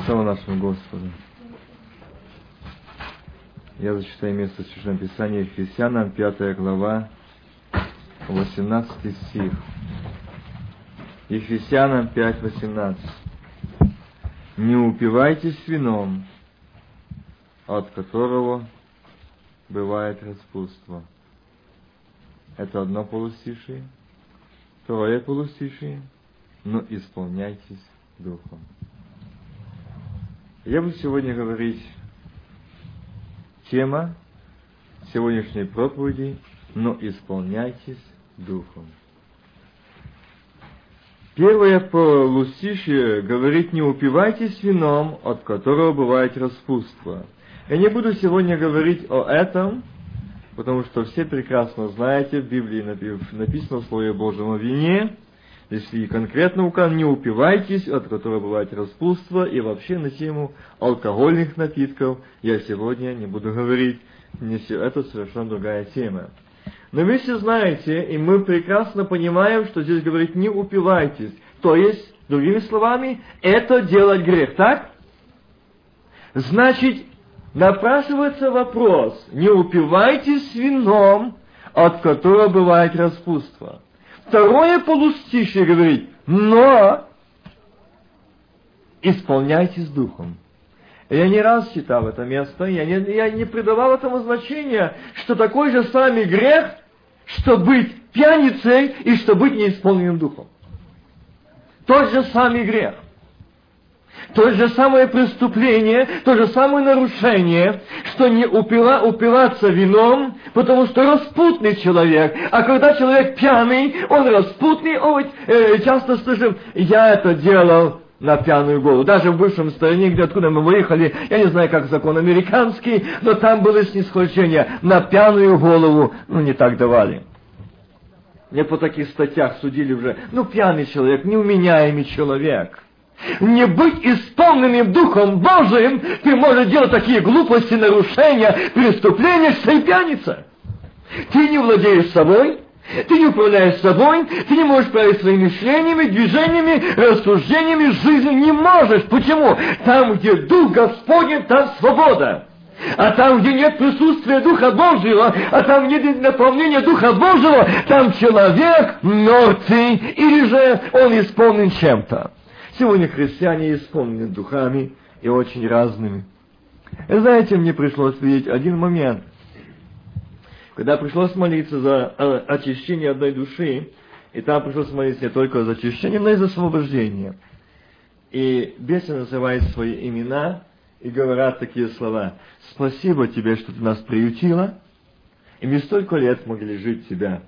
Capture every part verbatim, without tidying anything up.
Слава нашему Господу. Я зачитаю место Священного Писания Ефесянам, пятая глава, восемнадцатый стих. Ефесянам пять восемнадцать. «Не упивайтесь вином, от которого бывает распутство». Это одно полустишие. Второе полустишие. «Но исполняйтесь Духом». Я буду сегодня говорить, тема сегодняшней проповеди «Но исполняйтесь Духом». Первое полустишие говорит: «Не упивайтесь вином, от которого бывает распутство». Я не буду сегодня говорить о этом, потому что все прекрасно знаете, в Библии написано в Слове Божьем о вине. Если конкретно указано: не упивайтесь, от которого бывает распутство, и вообще на тему алкогольных напитков я сегодня не буду говорить. Это совершенно другая тема. Но вы все знаете, и мы прекрасно понимаем, что здесь говорит: не упивайтесь. То есть, другими словами, это делать грех, так? Значит, напрашивается вопрос: не упивайтесь вином, от которого бывает распутство. Второе полустишье говорит: но исполняйтесь Духом. Я не раз читал это место, я не, я не придавал этому значения, что такой же самый грех, что быть пьяницей и что быть неисполненным Духом. Тот же самый грех. То же самое преступление, то же самое нарушение, что не упила, упиваться вином, потому что распутный человек. А когда человек пьяный, он распутный, он ведь э, часто слышим: я это делал на пьяную голову. Даже в бывшем стране, где откуда мы выехали, я не знаю, как закон американский, но там было снисхождение. На пьяную голову, ну, не так давали. Мне по таких статьях судили уже: ну, пьяный человек, неуменяемый человек. Не быть исполненным Духом Божиим, ты можешь делать такие глупости, нарушения, преступления, что и пьяница. Ты не владеешь собой, ты не управляешь собой, ты не можешь править своими мышлениями, движениями, рассуждениями, жизнью не можешь. Почему? Там, где Дух Господень, там свобода. А там, где нет присутствия Духа Божьего, а там, где нет наполнения Духа Божьего, там человек мертвый, или же он исполнен чем-то. Сегодня христиане исполнены духами и очень разными. И знаете, мне пришлось видеть один момент, когда пришлось молиться за очищение одной души, и там пришлось молиться не только за очищение, но и за освобождение. И бесы называют свои имена и говорят такие слова: «Спасибо тебе, что ты нас приютила, и мы столько лет могли жить в тебя».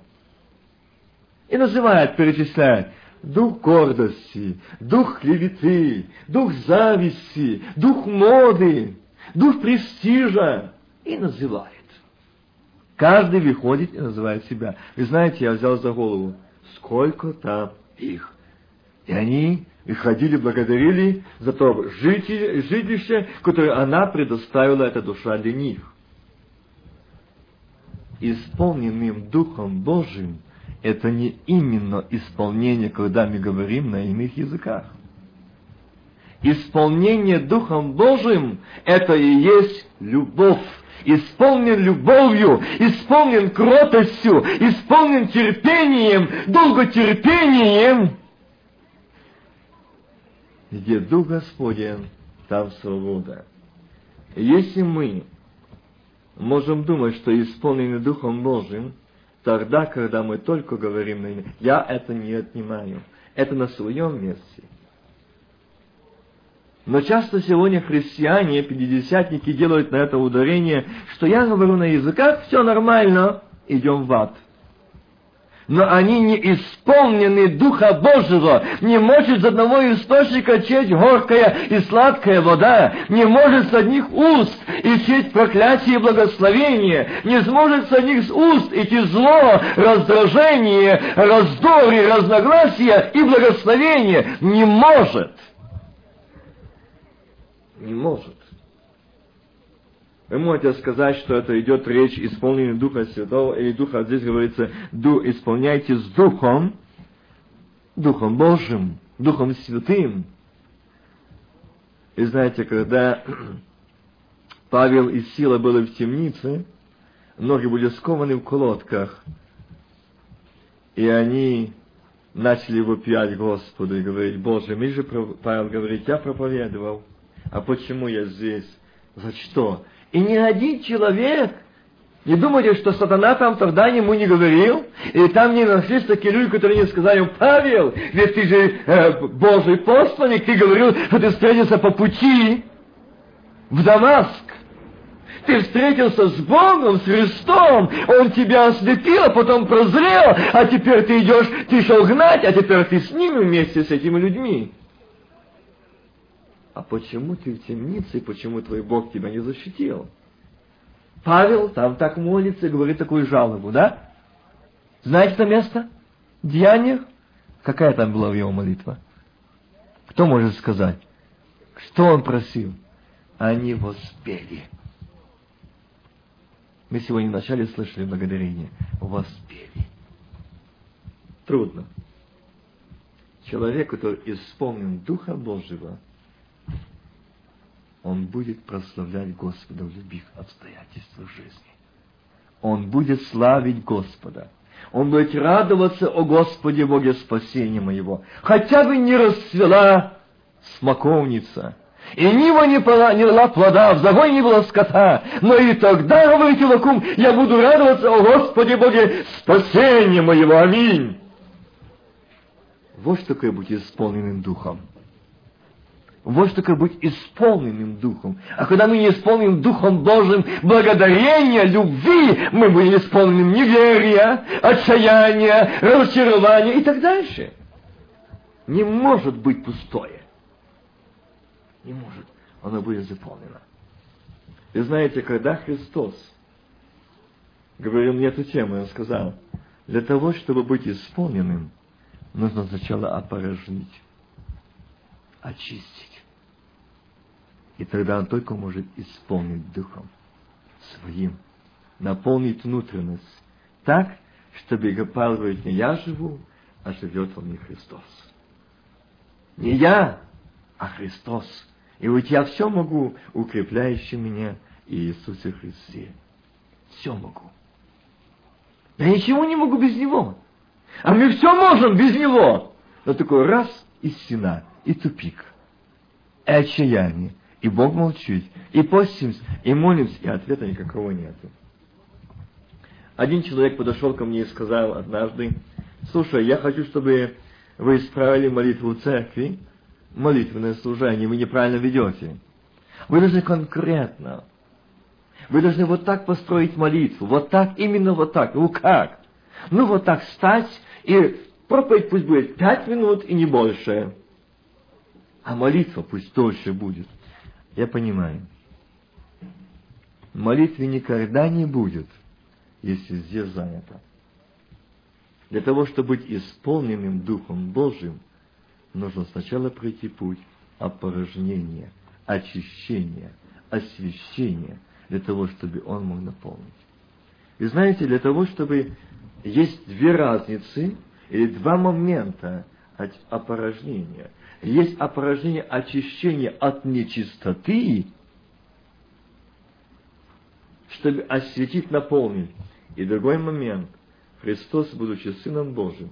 И называют, перечисляют: дух гордости, дух клеветы, дух зависти, дух моды, дух престижа. И называет. Каждый выходит и называет себя. Вы знаете, я взял за голову: сколько там их. И они выходили, благодарили за то жилище, которое она предоставила, эта душа, для них. Исполненным Духом Божиим — это не именно исполнение, когда мы говорим на иных языках. Исполнение Духом Божиим — это и есть любовь. Исполнен любовью, исполнен кротостью, исполнен терпением, долготерпением. Где Дух Господень, там свобода. Если мы можем думать, что исполнены Духом Божиим, тогда, когда мы только говорим на имя, я это не отнимаю. Это на своем месте. Но часто сегодня христиане, пятидесятники делают на это ударение, что я говорю на языках, все нормально, идем в ад. Но они не исполнены Духа Божьего. Не может из одного источника течь горькая и сладкая вода. Не может с одних уст идти проклятие и благословение. Не сможет с одних уст идти зло, раздражение, раздор и разногласия и благословение. Не может. Не может. Вы можете сказать, что это идет речь исполнения Духа Святого, или Духа, здесь говорится: Дух, исполняйте с Духом, Духом Божьим, Духом Святым. И знаете, когда Павел и Сила были в темнице, ноги были скованы в колодках, и они начали вопиять Господу и говорить: Боже, мы же, Павел говорит, я проповедовал, а почему я здесь? За что? И ни один человек, не думайте, что сатана там тогда ему не говорил, и там не нашлись такие люди, которые не сказали ему: Павел, ведь ты же э, Божий посланник, ты говорил, что ты встретился по пути в Дамаск. Ты встретился с Богом, с Христом, Он тебя ослепил, а потом прозрел, а теперь ты идешь, ты шел гнать, а теперь ты с ними вместе, с этими людьми. А почему ты в темнице, и почему твой Бог тебя не защитил? Павел там так молится и говорит такую жалобу, да? Знаете это место? Деяниях? Какая там была его молитва? Кто может сказать? Что он просил? Они воспели. Мы сегодня вначале слышали благодарение. Воспели. Трудно. Человек, который исполнен Духа Божьего, он будет прославлять Господа в любых обстоятельствах жизни. Он будет славить Господа. Он будет радоваться: о Господе Боге спасения моего. Хотя бы не расцвела смоковница, и нива не дала плода, в загоне не было скота, но и тогда, говорит Аввакум, я буду радоваться: о Господе Боге спасения моего. Аминь. Вот что такое быть исполненным Духом. Вот что такое быть исполненным Духом. А когда мы не исполним Духом Божьим благодарения, любви, мы будем исполнены неверия, отчаяния, разочарования и так дальше. Не может быть пустое. Не может. Оно будет заполнено. И знаете, когда Христос говорил мне эту тему, Он сказал: для того, чтобы быть исполненным, нужно сначала опорожнить, очистить. И тогда он только может исполнить Духом Своим, наполнить внутренность так, чтобы Павел говорит: не я живу, а живет во мне Христос. Не я, а Христос. И вот я все могу, укрепляющий меня Иисусе Христе. Все могу. Я ничего не могу без Него. А мы все можем без Него. Но такой раз и стена, и тупик, и отчаяние. И Бог молчит, и постимся, и молимся, и ответа никакого нет. Один человек подошел ко мне и сказал однажды: слушай, я хочу, чтобы вы исправили молитву в церкви, молитвенное служение, вы неправильно ведете. Вы должны конкретно. Вы должны вот так построить молитву, вот так, именно вот так. Ну как? Ну вот так встать, и проповедь пусть будет пять минут и не больше. А молитва пусть дольше будет. Я понимаю. Молитвы никогда не будет, если здесь занято. Для того, чтобы быть исполненным Духом Божьим, нужно сначала пройти путь опорожнения, очищения, освящения, для того, чтобы он мог наполнить. И знаете, для того, чтобы есть две разницы или два момента опорожнения. Есть опорожнение, очищение от нечистоты, чтобы осветить, наполнить. И другой момент. Христос, будучи Сыном Божьим,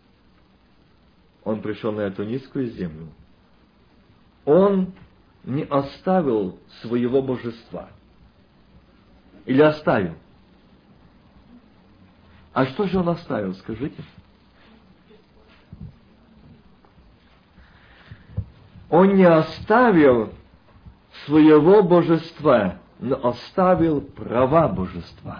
Он пришел на эту низкую землю. Он не оставил своего божества. Или оставил? А что же Он оставил, скажите? Он не оставил своего божества, но оставил права божества.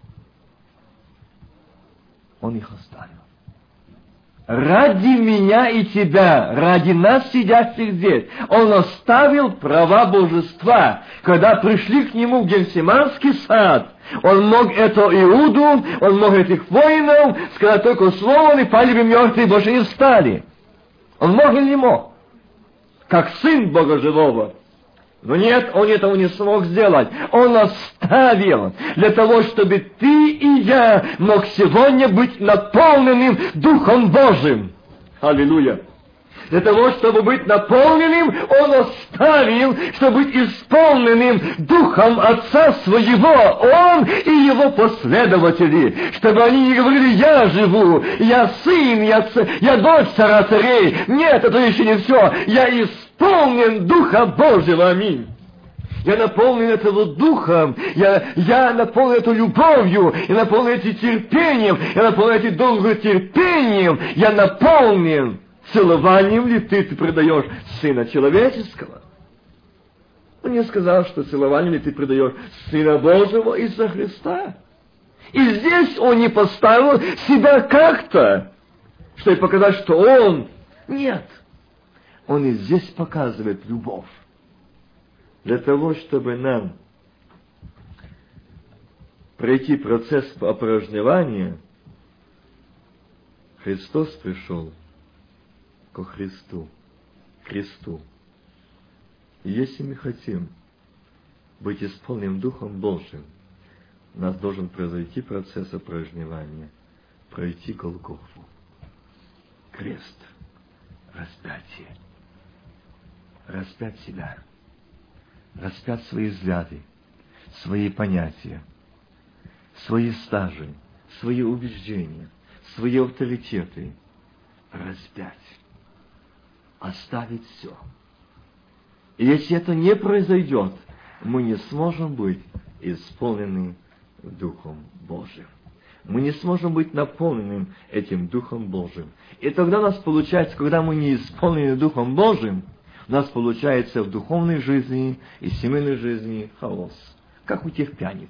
Он их оставил. Ради меня и тебя, ради нас, сидящих здесь, Он оставил права божества. Когда пришли к Нему в Гефсиманский сад, Он мог это Иуду, Он мог этих воинов сказать только слово, и пали бы мертвые, больше не встали. Он мог или не мог? Как Сын Бога Живого. Но нет, Он этого не смог сделать. Он оставил для того, чтобы ты и я мог сегодня быть наполненным Духом Божьим. Аллилуйя. Для того, чтобы быть наполненным, Он оставил, чтобы быть исполненным Духом Отца Своего, Он и Его последователи, чтобы они не говорили: «Я живу, я сын, я, ц... я дочь царя царей». Нет, это еще не все. Я исполнен Духа Божьего. Аминь. Я наполнен этого Духом, я, я наполнен эту любовью, я наполнен этим терпением, я наполнен этим долготерпением, я наполнен. Целованием ли ты, ты предаешь Сына Человеческого? Он не сказал, что целованием ли ты предаешь Сына Божьего Иисуса Христа. И здесь Он не поставил себя как-то, чтобы показать, что Он... Нет. Он и здесь показывает любовь. Для того, чтобы нам пройти процесс опорожневания, Христос пришел ко Христу, к Христу. И если мы хотим быть исполненным Духом Божьим, у нас должен произойти процесс опорожневания, пройти Голгофу, крест, распятие, распять себя, распять свои взгляды, свои понятия, свои стажи, свои убеждения, свои авторитеты, распять, оставить все. И если это не произойдет, мы не сможем быть исполнены Духом Божьим. Мы не сможем быть наполненным этим Духом Божьим. И тогда у нас получается, когда мы не исполнены Духом Божьим, у нас получается в духовной жизни и семейной жизни хаос, как у тех пьяниц.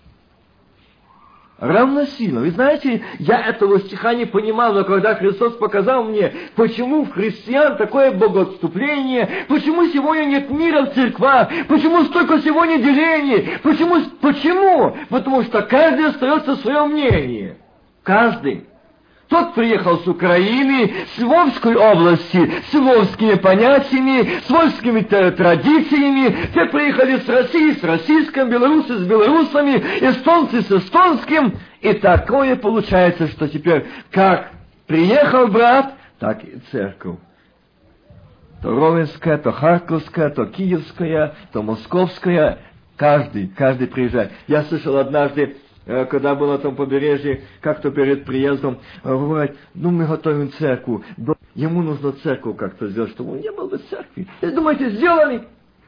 Равносильно. Вы знаете, я этого стиха не понимал, но когда Христос показал мне, почему в христиан такое богоотступление, почему сегодня нет мира в церквах, почему столько сегодня делений, почему, почему? Потому что каждый остается в своем мнении. Каждый. Тот приехал с Украины, с Львовской области, с львовскими понятиями, с львовскими традициями. Те приехали с России, с российским, белорусы с белорусами, эстонцы с эстонским. И такое получается, что теперь как приехал брат, так и церковь. То Ровенская, то Харьковская, то Киевская, то Московская. Каждый, каждый приезжает. Я слышал однажды, когда был на том побережье, как-то перед приездом, говорят: ну, мы готовим церковь. Ему нужно церковь как-то сделать, чтобы он не был без церкви. И думаете, сделали?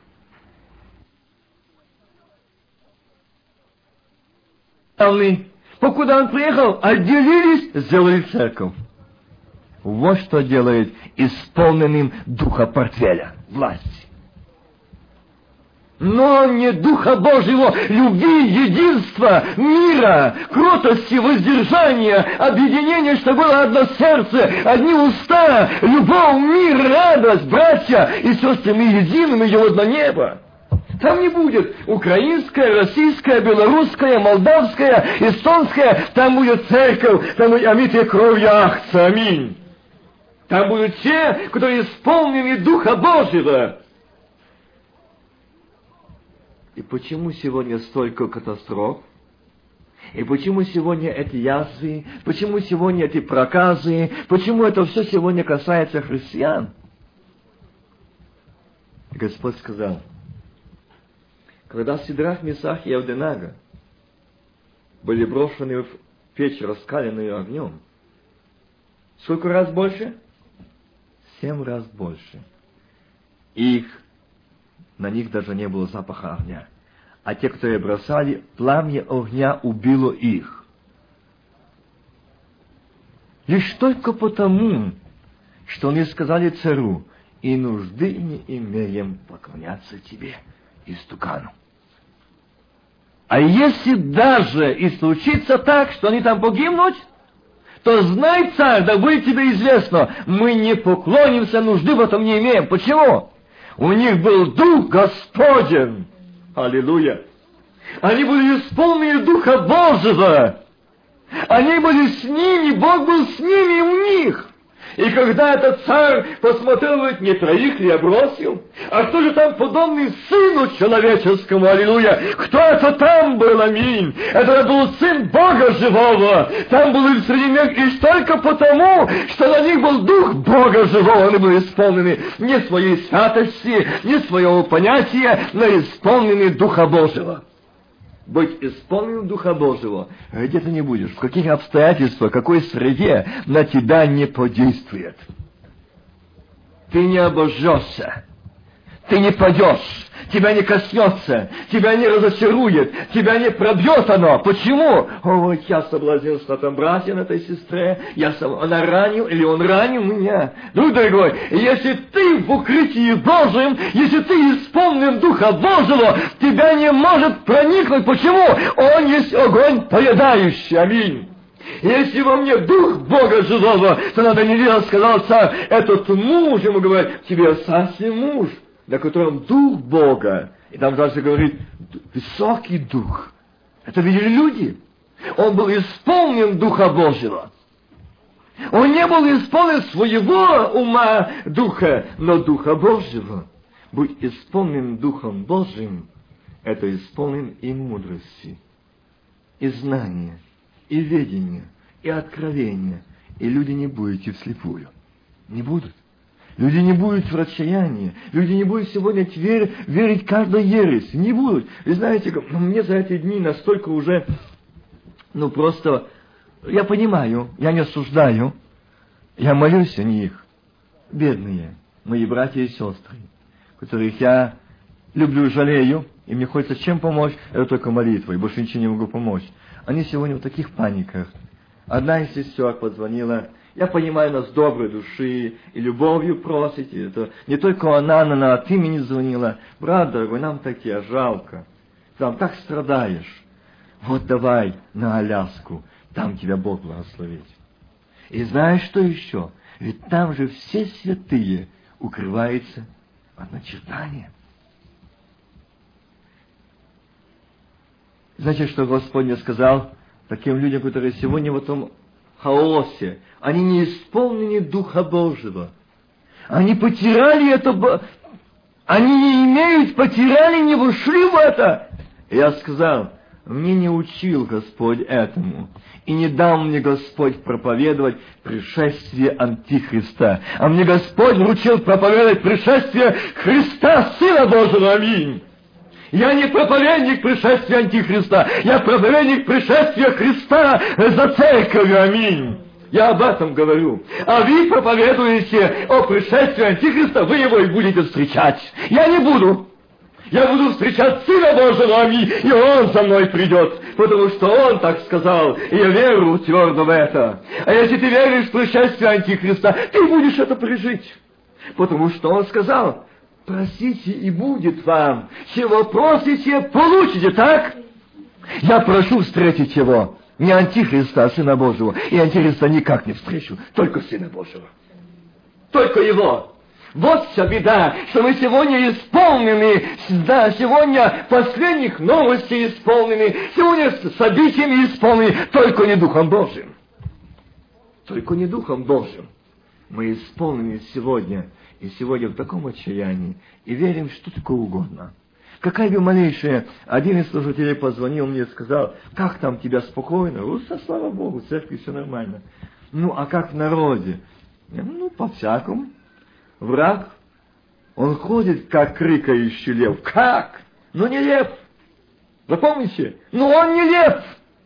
Покуда он приехал, отделились, сделали церковь. Вот что делает исполненным духа портфеля, власти. Но не Духа Божьего, любви, единства, мира, кротости, воздержания, объединения, чтобы было одно сердце, одни уста, любовь, мир, радость, братья и сестры, мы едины, мы его одно небо. Там не будет украинская, российская, белорусская, молдавская, эстонская, там будет церковь, там будет омитые кровью Ахца, аминь. Там будут те, которые исполнены Духа Божьего. И почему сегодня столько катастроф? И почему сегодня эти язвы? Почему сегодня эти проказы? Почему это все сегодня касается христиан? Господь сказал, когда Сидрах, Месах и Авденага были брошены в печь, раскаленную огнем, сколько раз больше? Семь раз больше. Их На них даже не было запаха огня. А те, которые бросали, пламя огня убило их. Лишь только потому, что они сказали царю: и нужды не имеем поклоняться тебе, истукану. А если даже и случится так, что они там погибнут, то знай, царь, да будет тебе известно, мы не поклонимся, нужды в этом не имеем. Почему? У них был Дух Господень. Аллилуйя. Они были исполнены Духа Божьего. Они были с ними, Бог был с ними и в них. И когда этот царь посмотрел, говорит, не троих ли я бросил? А кто же там подобный сыну человеческому, аллилуйя? Кто это там был, аминь? Это был сын Бога живого. Там был и среди них лишь только потому, что на них был дух Бога живого. Они были исполнены не своей святости, не своего понятия, но исполнены Духа Божьего. Быть исполненным Духа Божьего, где ты не будешь, в каких обстоятельствах, в какой среде на тебя не подействует. Ты не обожжешься, ты не падешь, тебя не коснется, тебя не разочарует, тебя не пробьет оно. Почему? О, я соблазнился на том брате, на этой сестре, я сам, она ранил, или он ранил меня. Друг дорогой, если ты в укрытии Божьем, если ты исполнен Духа Божьего, тебя не может проникнуть. Почему? Он есть огонь поедающий. Аминь. Если во мне Дух Бога живого, то надо не делать, сказал царь, этот муж, ему говорит, тебе совсем муж, на котором Дух Бога. И там дальше говорит, высокий Дух. Это видели люди. Он был исполнен Духа Божьего. Он не был исполнен своего ума Духа, но Духа Божьего. Будь исполнен Духом Божьим, это исполнен и мудрости, и знания, и ведения, и откровения. И люди не будете вслепую. Не будут. Люди не будут в отчаянии. Люди не будут сегодня верить, верить каждой ереси. Не будут. Вы знаете, мне за эти дни настолько уже, ну просто, я понимаю, я не осуждаю. Я молюсь о них. Бедные мои братья и сестры, которых я люблю и жалею, и мне хочется чем помочь, это только молитвой, больше ничего не могу помочь. Они сегодня в таких паниках. Одна из сестер позвонила. Я понимаю, нас доброй души и любовью просите. Это не только она, но она от имени звонила. Брат дорогой, нам так тебя жалко. Там так страдаешь. Вот давай на Аляску. Там тебя Бог благословит. И знаешь, что еще? Ведь там же все святые укрываются от начертания. Знаете, что Господь мне сказал таким людям, которые сегодня в этом хаосе, они не исполнены Духа Божьего. Они потеряли это, они не имеют, потеряли, не вошли в это. И я сказал, мне не учил Господь этому, и не дал мне Господь проповедовать пришествие Антихриста, а мне Господь вручил проповедовать пришествие Христа, Сына Божьего. Аминь. Я не проповедник пришествия Антихриста, я проповедник пришествия Христа за церковью. Аминь. Я об этом говорю. А вы проповедуете о пришествии Антихриста, вы его и будете встречать. Я не буду. Я буду встречать Сына Божьего, аминь, и Он за мной придет, потому что Он так сказал, и я верю твердо в это. А если ты веришь в пришествие Антихриста, ты будешь это пережить, потому что Он сказал, просите, и будет вам. Чего просите, получите, так? Я прошу встретить Его. Не Антихриста, а Сына Божьего. И Антихриста никак не встречу, только Сына Божьего. Только Его. Вот вся беда, что мы сегодня исполнены, да, сегодня последних новостей исполнены, сегодня событиями исполнены, только не Духом Божьим. Только не Духом Божьим. Мы исполнены сегодня, и сегодня в таком отчаянии, и верим, что такое угодно. Какая бы малейшая, один из служителей позвонил мне и сказал, как там тебя спокойно? Ну, слава Богу, в церкви все нормально. Ну, а как в народе? Ну, по-всякому. Враг, он ходит, как крикающий лев. Как? Ну, не лев. Запомните? Ну, он не лев.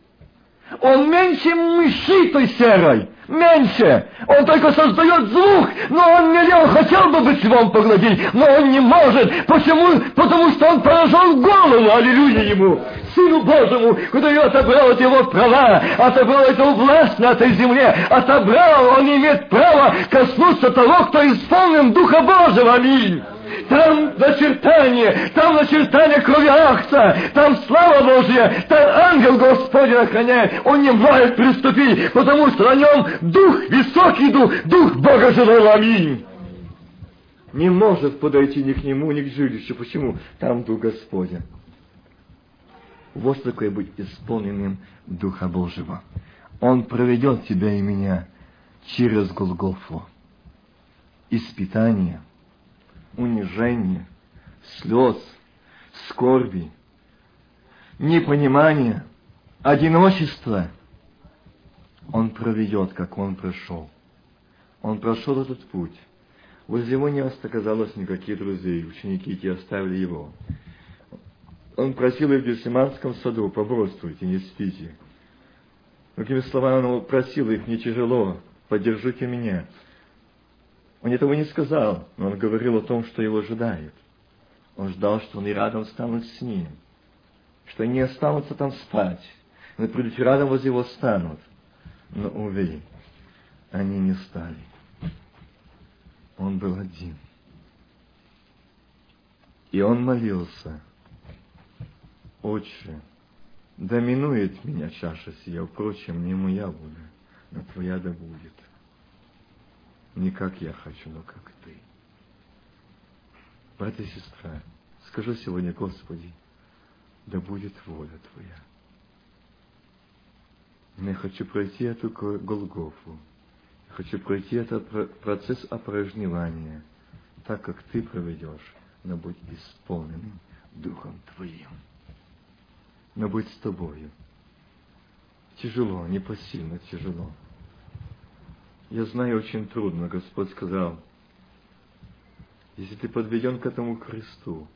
Он меньше мыши той серой. Меньше. Он только создает звук, но он не лев. Хотел бы быть львом поглядеть, но он не может. Почему? Потому что он поражен голову, аллилуйя ему, Сыну Божьему, который отобрал от его права, отобрал эту власть на этой земле, отобрал, он имеет право коснуться того, кто исполнен Духа Божьего, аминь. Там начертание, там начертание крови Агнца, там слава Божья, там ангел Господень охраняет, он не может приступить, потому что на нем Дух, высокий Дух, Дух Бога живого, аминь. Не может подойти ни к нему, ни к жилищу. Почему? Там Дух Господень. Вот такое быть исполненным Духа Божьего. Он проведет тебя и меня через Голгофу. испытания, унижения, слез, скорби, непонимания, одиночества, он проведет, как он прошел. Он прошел этот путь. Возле его не оказалось никаких друзей, ученики те оставили его. Он просил их в Гефсиманском саду: поборствуйте, не спите. Другими словами, он просил их: не тяжело, поддержите меня. Он этого не сказал, но он говорил о том, что его ожидает. Он ждал, что они рядом станут с ним, что они не останутся там спать, но придут рядом возле его станут. Но, увы, они не стали. Он был один. И он молился: Отче, да минует меня чаша сия, впрочем, не моя воля, но Твоя да будет. Не как я хочу, но как Ты. Брат и сестра, скажи сегодня: Господи, да будет воля Твоя. Я хочу пройти эту Голгофу. Я хочу пройти этот процесс опорожневания, так как Ты проведешь, но будь исполненным Духом Твоим. Но быть с Тобою. Тяжело, непосильно тяжело. Я знаю, очень трудно. Господь сказал: если ты подведен к этому кресту,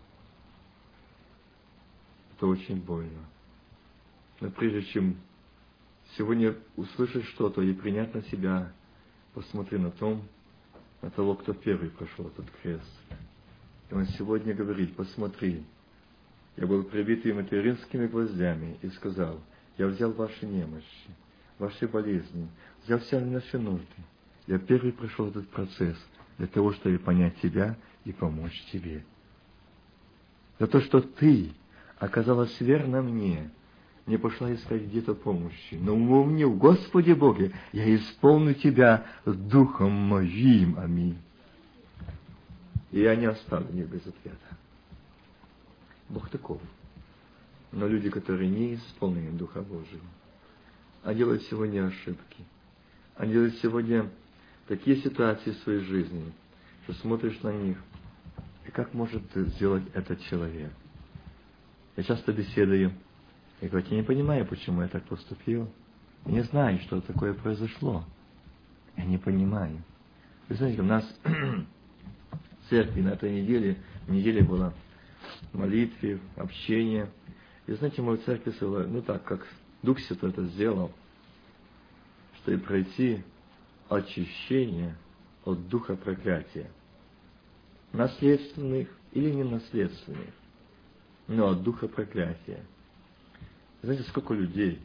то очень больно. Но прежде чем сегодня услышать что-то и принять на себя, посмотри на том, на того, кто первый прошел этот крест. И он сегодня говорит: посмотри, я был прибитый материнскими гвоздями и сказал: я взял ваши немощи, ваши болезни, взял все наши нужды. Я первый прошел этот процесс для того, чтобы понять тебя и помочь тебе. За то, что ты оказалась верна мне, не пошла искать где-то помощи, но умолни в Господе Боге, я исполню тебя Духом моим. Аминь. И я не оставлю их без ответа. Бог таков. Но люди, которые не исполнены Духа Божьего, они делают сегодня ошибки. Они делают сегодня такие ситуации в своей жизни, что смотришь на них, и как может сделать этот человек? Я часто беседую, и говорю: я не понимаю, почему я так поступил. Я не знаю, что такое произошло. Я не понимаю. Вы знаете, у нас в церкви на этой неделе, неделе была молитве, общение. И знаете, мою церковь, ну так, как Дух Святой это сделал, чтобы пройти очищение от духа проклятия. Наследственных или не наследственных, но от духа проклятия. Знаете, сколько людей,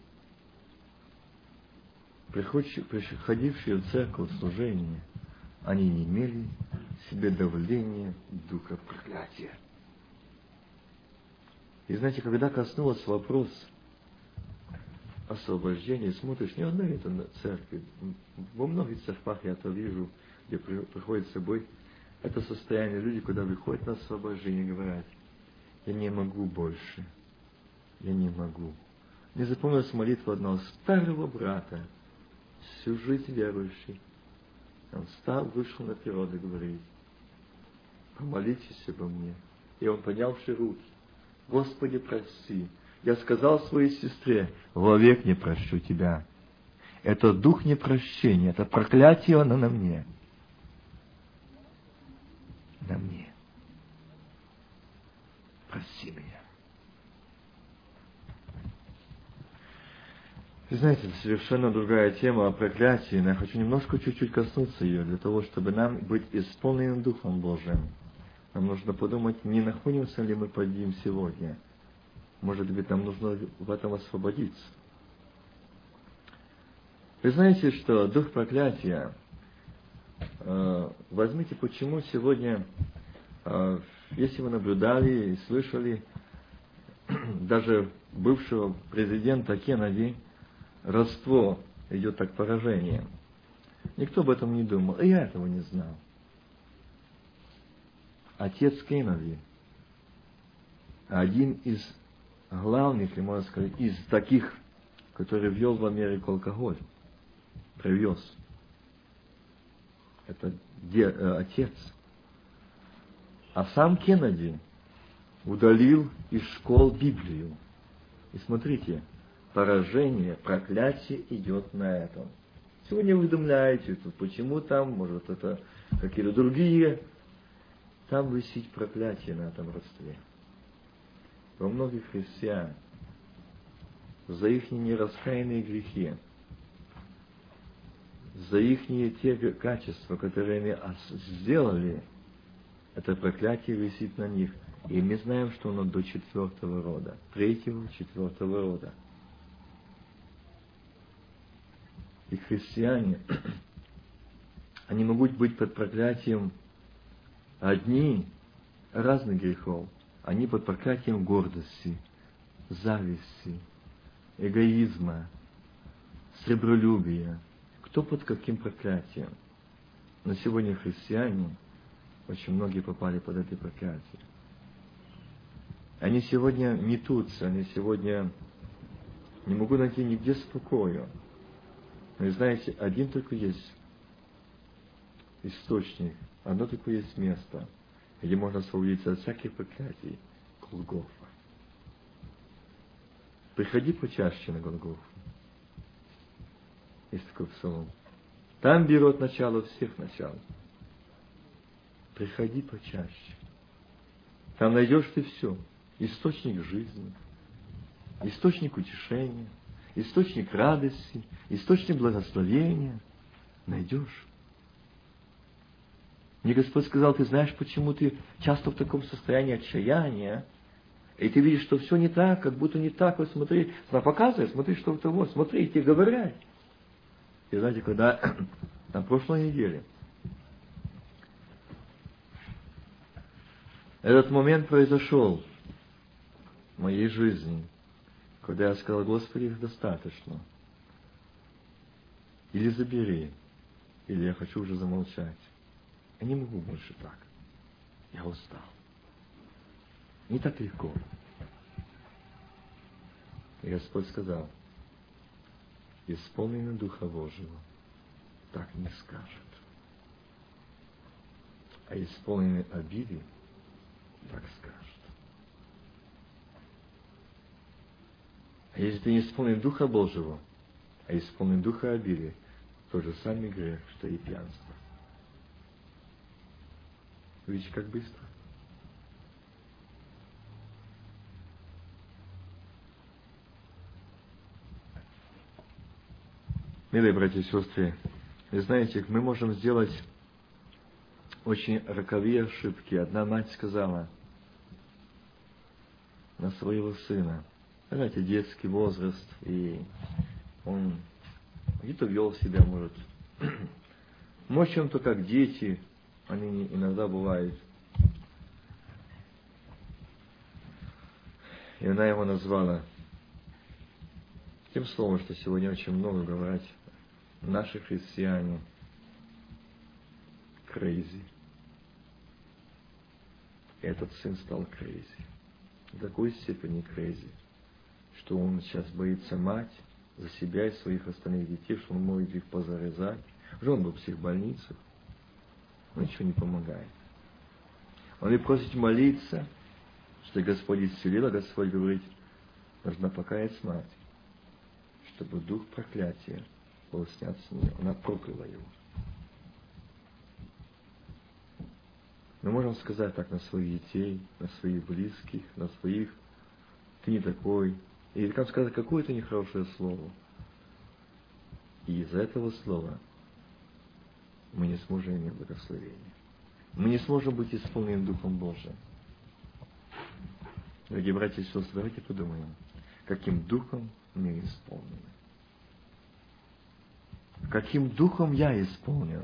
приходившие в церковь в служение, они не имели в себе давления духа проклятия. И знаете, когда коснулся вопрос освобождения, смотришь, не одна это на церкви, во многих церквах я это вижу, где приходит с собой это состояние люди, когда выходят на освобождение, говорят: я не могу больше, я не могу. Мне запомнилась молитва одного старого брата, всю жизнь верующий. Он встал, вышел на природу и говорит: помолитесь обо мне. И он, поднявший руки: Господи, прости. Я сказал своей сестре: вовек не прощу тебя. Это дух непрощения, это проклятие, оно на мне. На мне. Прости меня. Вы знаете, это совершенно другая тема о проклятии, но я хочу немножко чуть-чуть коснуться ее, для того, чтобы нам быть исполненным Духом Божиим. Нам нужно подумать, не находимся ли мы под ним сегодня. Может быть, нам нужно в этом освободиться. Вы знаете, что дух проклятия, э, возьмите, почему сегодня, э, если вы наблюдали и слышали, даже бывшего президента Кеннеди, родство идет так поражение. Никто об этом не думал, и я этого не знал. Отец Кеннеди, один из главных, или можно сказать, из таких, который ввел в Америку алкоголь, привез. Это де, э, отец. А сам Кеннеди удалил из школ Библию. И смотрите, поражение, проклятие идет на этом. Сегодня вы думаете, почему там, может, это какие-то другие. Там висит проклятие на этом родстве. Во многих христиан за их нераскаянные грехи, за их те качества, которые они сделали, это проклятие висит на них. И мы знаем, что оно до четвертого рода, третьего, четвертого рода. И христиане, они могут быть под проклятием одни разных грехов. Они под проклятием гордости, зависти, эгоизма, сребролюбия. Кто под каким проклятием? Но сегодня христиане, очень многие попали под это проклятие. Они сегодня метутся, они сегодня не могут найти нигде спокоя. Но и знаете, один только есть источник, одно только есть место, где можно освободиться от всяких проклятий. Голгофа. Приходи почаще на Голгофу. Есть такой псалом. Там берет начало всех начал. Приходи почаще. Там найдешь ты все. Источник жизни, источник утешения, источник радости, источник благословения. Найдешь. Мне Господь сказал, ты знаешь, почему ты часто в таком состоянии отчаяния, и ты видишь, что все не так, как будто не так. Вот смотри, она показывает, смотри, что это вот, смотри, тебе говорят. И знаете, когда на прошлой неделе этот момент произошел в моей жизни, когда я сказал, Господи, их достаточно. Или забери, или я хочу уже замолчать. Я не могу больше так. Я устал. Не так легко. И Господь сказал, исполненный Духа Божьего так не скажет. А исполненный обиды так скажет. А если ты не исполнен Духа Божьего, а исполнен Духа обиды, то же самый грех, что и пьянство. Видите, как быстро? Милые братья и сестры, вы знаете, мы можем сделать очень роковые ошибки. Одна мать сказала на своего сына, знаете, детский возраст, и он где-то вел себя, может, может, чем-то как дети, они иногда бывают. И она его назвала тем словом, что сегодня очень много говорят наши христиане, crazy. И этот сын стал crazy. В такой степени crazy, что он сейчас боится мать за себя и своих остальных детей, что он может их позарезать. Уже он был в психбольнице, но ничего не помогает. Он и просит молиться, что Господь исцелил, а Господь говорит, нужно покаяться мать, чтобы дух проклятия был снят с нее. Она прокляла его. Мы можем сказать так на своих детей, на своих близких, на своих, ты не такой. И как сказать какое-то нехорошее слово. И из-за этого слова мы не сможем иметь благословения. Мы не сможем быть исполнены Духом Божиим. Дорогие братья и сестры, давайте подумаем, каким Духом мы исполнены. Каким Духом я исполнен.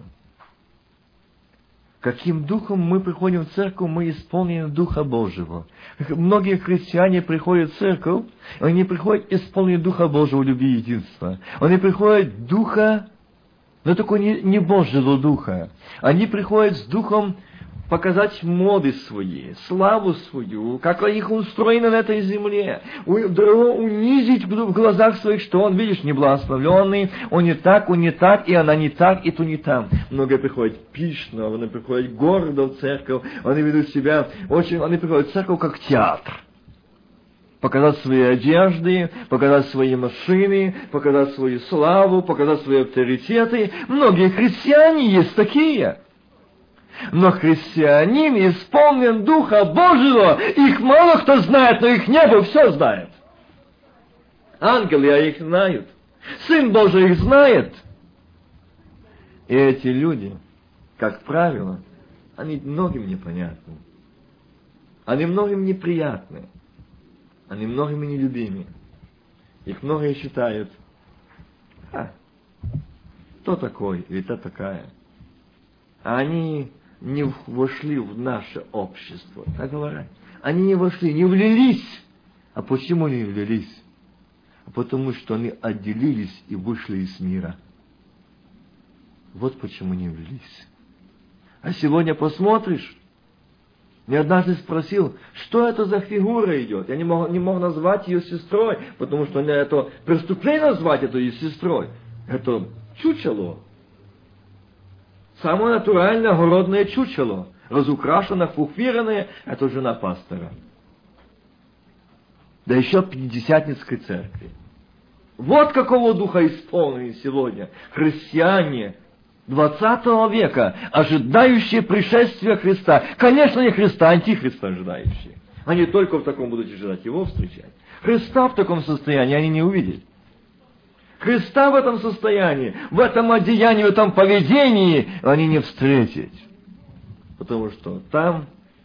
Каким Духом мы приходим в церковь, мы исполнены Духа Божьего. Многие христиане приходят в церковь, они приходят исполнены Духа Божьего, любви и единства. Они приходят Духа, но только не, не Божьего Духа. Они приходят с Духом показать моды свои, славу свою, как их устроено на этой земле, унизить в глазах своих, что он, видишь, неблагословленный, он не так, он не так, и она не так, и то не там. Многие приходят пишно, они приходят гордо в церковь, они ведут себя очень, они приходят в церковь как театр. Показать свои одежды, показать свои машины, показать свою славу, показать свои авторитеты. Многие христиане есть такие. Но христианин исполнен Духа Божьего. Их мало кто знает, но их небо все знает. Ангелы их знают. Сын Божий их знает. И эти люди, как правило, они многим непонятны. Они многим неприятны. Они многими нелюбимы. Их многие считают, а, кто такой или та такая. А они не вошли в наше общество. Так говорят. Они не вошли, не влились. А почему не влились? А потому что они отделились и вышли из мира. Вот почему не влились. А сегодня посмотришь, мне однажды спросил, что это за фигура идет. Я не мог, не мог назвать ее сестрой, потому что это преступление назвать это ее сестрой. Это чучело. Самое натуральное огородное чучело. Разукрашено, фуфированное, это жена пастора. Да еще в Пятидесятницкой церкви. Вот какого духа исполнены сегодня христиане двадцатого века, ожидающие пришествия Христа. Конечно, не Христа, а антихриста ожидающие. Они только в таком будут ожидать его встречать. Христа в таком состоянии они не увидят. Христа в этом состоянии, в этом одеянии, в этом поведении они не встретят. Потому что там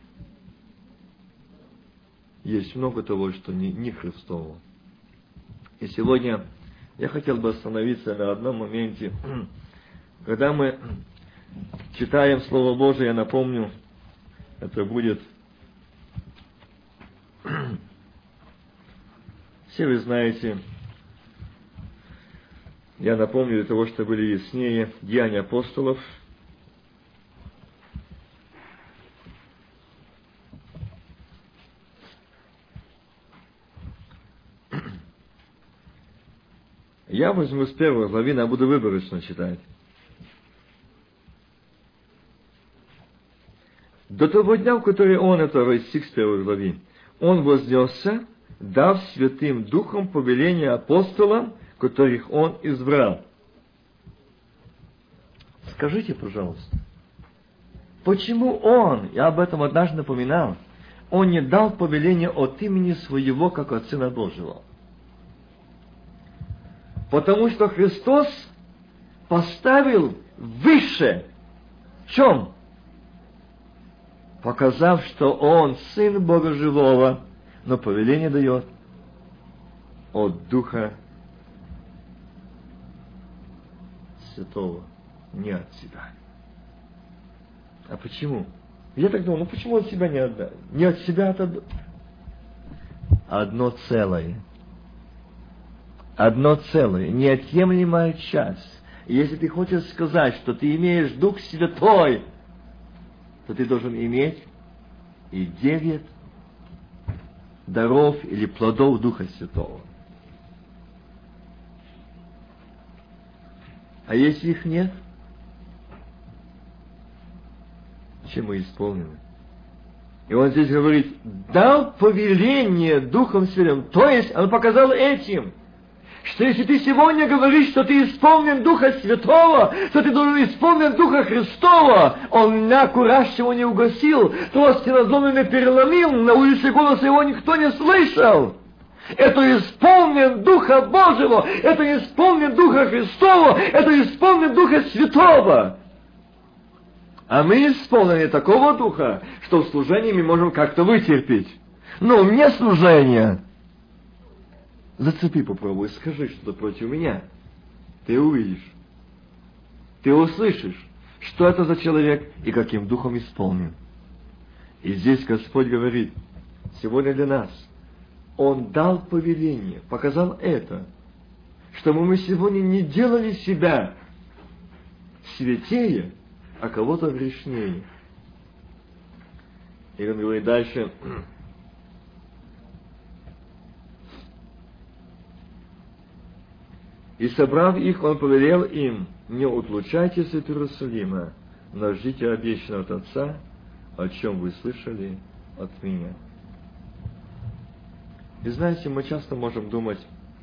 есть много того, что не, не Христово. И сегодня я хотел бы остановиться на одном моменте. Когда мы читаем Слово Божие, я напомню, это будет... Все вы знаете, я напомню для того, чтобы были яснее, Деяния апостолов. Я возьму с первой главы, но буду выборочно читать. До того дня, в который он, это стих с первой главы, он вознесся, дав Святым Духом повеление апостолам, которых он избрал. Скажите, пожалуйста, почему он, я об этом однажды напоминал, он не дал повеление от имени своего, как от Сына Божьего? Потому что Христос поставил выше. В чем? Показав, что Он Сын Бога Живого, но повеление дает от Духа Святого, не от себя. А почему? Я так думал, ну почему от себя не отдать? Не от себя отдать. Одно целое. Одно целое, неотъемлемая часть. И если ты хочешь сказать, что ты имеешь Дух Святой, то ты должен иметь и девять даров или плодов Духа Святого. А если их нет, чем мы исполнены? И он здесь говорит, дал повеление Духом Святым. То есть, он показал этим, что если ты сегодня говоришь, что ты исполнен Духа Святого, то ты должен исполнен Духа Христова. Он меня курящего не угасил, трости надломленный переломил, на улице голоса его никто не слышал. Это исполнен Духа Божьего, это исполнен Духа Христова, это исполнен Духа Святого. А мы исполнены такого Духа, что в служении мы можем как-то вытерпеть. Но мне служение... Зацепи, попробуй, скажи что-то против меня. Ты увидишь. Ты услышишь, что это за человек и каким духом исполнен. И здесь Господь говорит, сегодня для нас, Он дал повеление, показал это, чтобы мы сегодня не делали себя святее, а кого-то грешнее. И он говорит дальше. И собрав их, он повелел им: не отлучайтесь от Иерусалима, но ждите обещанного от Отца, о чем вы слышали от меня. И знаете, мы часто можем думать,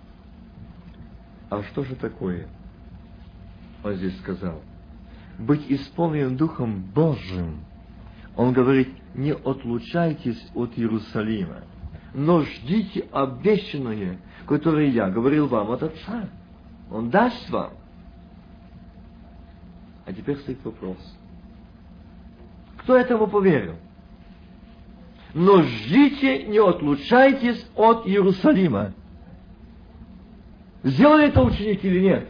а что же такое? Он здесь сказал: быть исполненным Духом Божьим. Он говорит: не отлучайтесь от Иерусалима, но ждите обещанное, которое я говорил вам от Отца. Он даст вам. А теперь стоит вопрос. Кто этому поверил? Но ждите, не отлучайтесь от Иерусалима. Сделали это ученики или нет?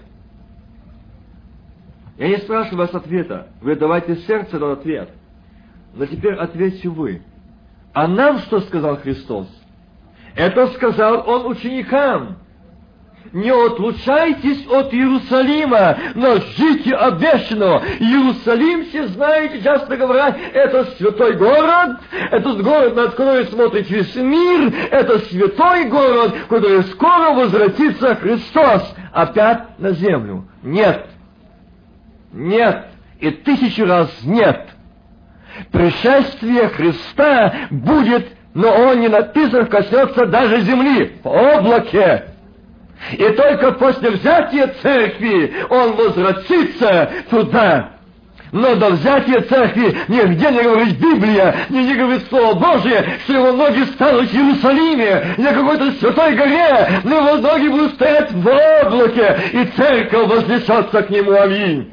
Я не спрашиваю вас ответа. Вы давайте сердце на ответ. Но теперь ответьте вы. А нам что сказал Христос? Это сказал Он ученикам. Не отлучайтесь от Иерусалима, но ждите обещанного. Иерусалим, все знаете, часто говорят, это святой город, этот город, над которым смотрит весь мир, это святой город, в который скоро возвратится Христос опять на землю. Нет. Нет. И тысячу раз нет. Пришествие Христа будет, но Он не написан, коснется даже земли, в облаке. И только после взятия церкви Он возвратится туда. Но до взятия церкви нигде не говорит Библия, не, не говорит Слово Божие, что Его ноги станут в Иерусалиме, не какой-то святой горе, но Его ноги будут стоять в облаке, и церковь вознесется к Нему. Аминь.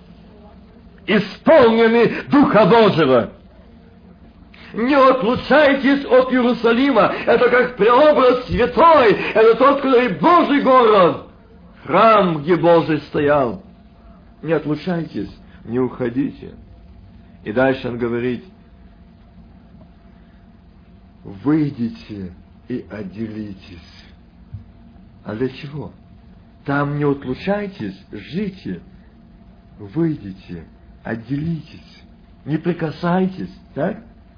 Исполнены Духа Божьего. Не отлучайтесь от Иерусалима. Это как преобраз святой. Это тот, который Божий город. Храм, где Божий стоял. Не отлучайтесь, не уходите. И дальше он говорит: выйдите и отделитесь. А для чего? Там не отлучайтесь, ждите. Выйдите, отделитесь. Не прикасайтесь, так?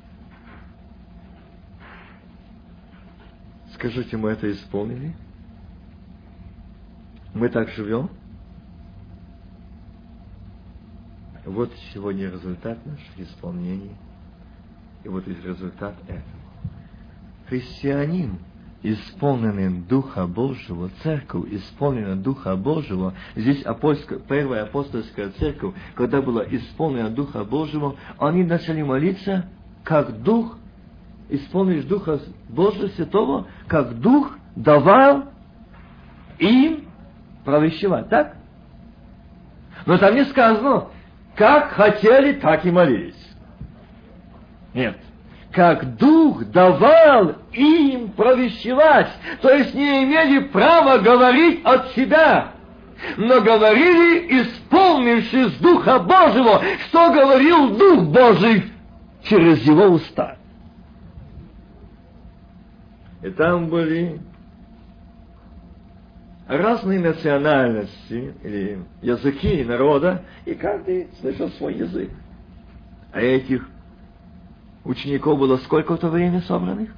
Скажите, мы это исполнили? Мы так живем? Вот сегодня результат наших исполнений. И вот результат этого. Христианин, исполненный Духа Божьего, церковь, исполненная Духа Божьего, здесь апостол, первая апостольская церковь, когда была исполнена Духа Божьего, они начали молиться, как Дух, исполнишь Духа Божьего Святого, как Дух давал им провещевать, так? Но там не сказано, как хотели, так и молились. Нет. Как Дух давал им провещевать, то есть не имели права говорить от себя, но говорили, исполнившись Духа Божьего, что говорил Дух Божий через его уста. И там были разные национальности или языки народа, и каждый слышал свой язык. А этих учеников было сколько в то время собранных?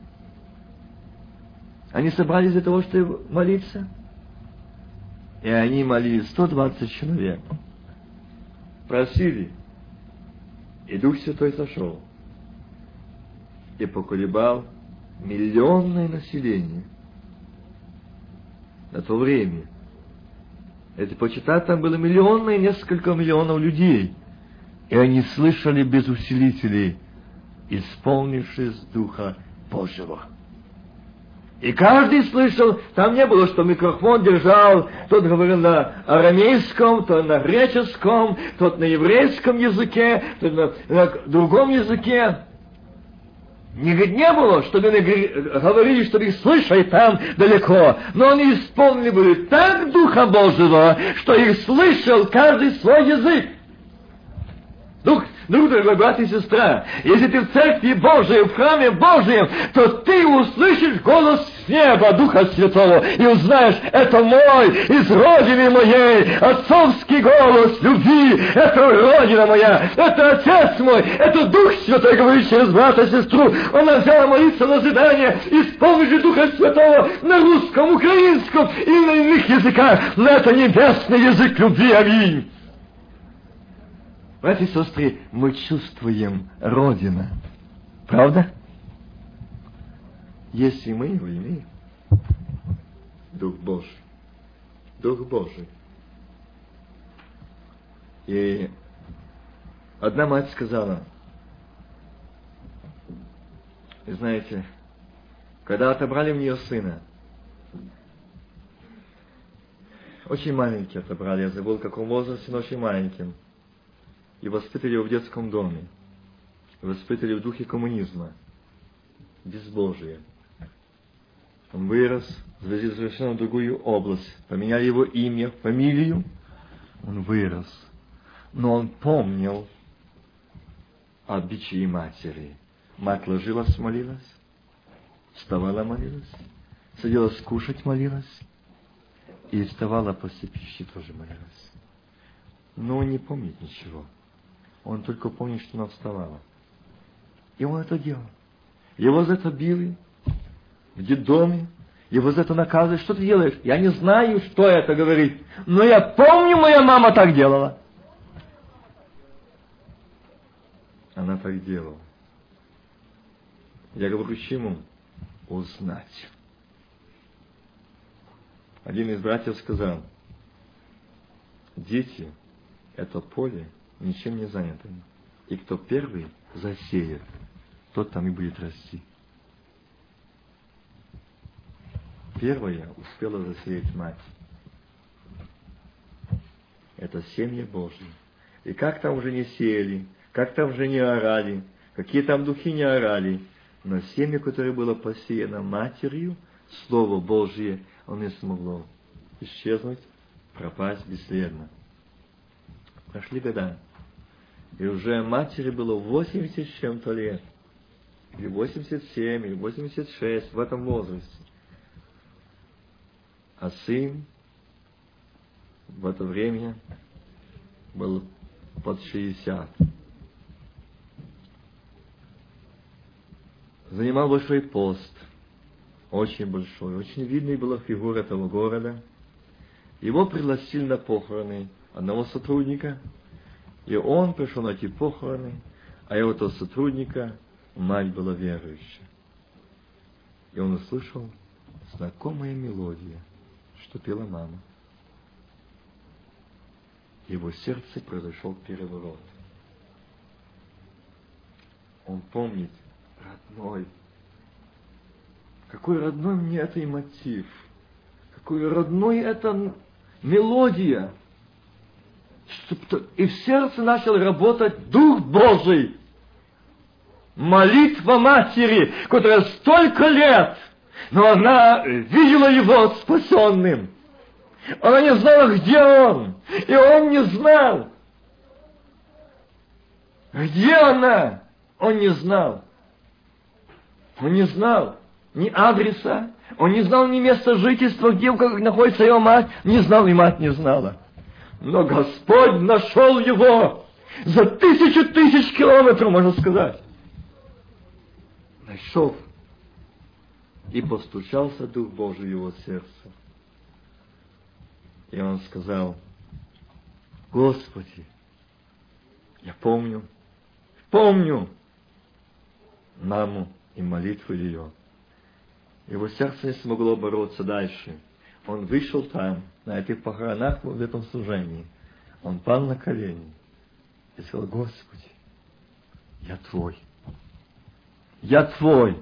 Они собрались для того, чтобы молиться. И они молились сто двадцать человек. Просили. И Дух Святой сошел. И поколебал миллионное население. На то время. Это почитать, там было миллионное, несколько миллионов людей. И они слышали без усилителей, исполнившись Духа Божьего. И каждый слышал, там не было, что микрофон держал, тот говорил на арамейском, тот на греческом, тот на еврейском языке, тот на, на другом языке. Не, не было, чтобы они говорили, чтобы их слышали там далеко. Но они исполнили были так Духа Божьего, что их слышал каждый свой язык. Дух, Друг дорогой брат и сестра, если ты в церкви Божией, в храме Божьем, то ты услышишь голос с неба Духа Святого и узнаешь, это мой, из родины моей, отцовский голос любви, это родина моя, это Отец мой, это Дух Святой, говорит через брата и сестру. Она взяла молиться на задание, исполнить же Духа Святого на русском, украинском и на иных языках, но это небесный язык любви, аминь. Братья и сестры, мы чувствуем Родина. Правда? Если мы его имеем, Дух Божий, Дух Божий. И одна мать сказала, вы знаете, когда отобрали мне сына, очень маленький отобрали, я забыл, в каком возрасте, но очень маленьким, и воспитали его в детском доме, воспитали в духе коммунизма, безбожия. Он вырос, завезли совершенно в другую область, поменяли его имя, фамилию, он вырос. Но он помнил обычаи матери. Мать ложилась, молилась, вставала, молилась, садилась кушать, молилась, и вставала после пищи, тоже молилась. Но он не помнит ничего. Он только помнит, что она вставала. И он это делал. Его за это били в детдоме, его за это наказывали. Что ты делаешь? Я не знаю, что это говорит, но я помню, моя мама так делала. Она так делала. Я говорю, чему? Узнать. Один из братьев сказал, дети — это поле, ничем не занято. И кто первый засеет, тот там и будет расти. Первая успела засеять мать. Это семья Божья. И как там уже не сеяли, как там уже не орали, какие там духи не орали, но семя, которое было посеяно матерью, Слово Божье, оно не смогло исчезнуть, пропасть бесследно. Прошли года, и уже матери было восемьдесят с чем-то лет, или восемьдесят семь, или восемьдесят шесть, в этом возрасте. А сын в это время был под шестьдесят. Занимал большой пост, очень большой, очень видной была фигура этого города. Его пригласили на похороны одного сотрудника, и он пришел на эти похороны, а у этого сотрудника мать была верующая. И он услышал знакомая мелодия, что пела мама. В его сердце произошел переворот. Он помнит, родной, какой родной мне это и мотив, какой родной это мелодия, что, и в сердце начал работать Дух Божий, молитва матери, которая столько лет, но она видела его спасенным. Она не знала, где он, и он не знал, где она, он не знал. Он не знал ни адреса, он не знал ни места жительства, где находится его мать, не знал, и мать не знала. Но Господь нашел его за тысячу тысяч километров, можно сказать. Нашел. И постучался Дух Божий в его сердце. И он сказал, Господи, я помню, помню маму и молитву ее. Его сердце не смогло бороться дальше. Он вышел там, на этих похоронах, в этом служении. Он пал на колени и сказал, Господи, я Твой. Я Твой.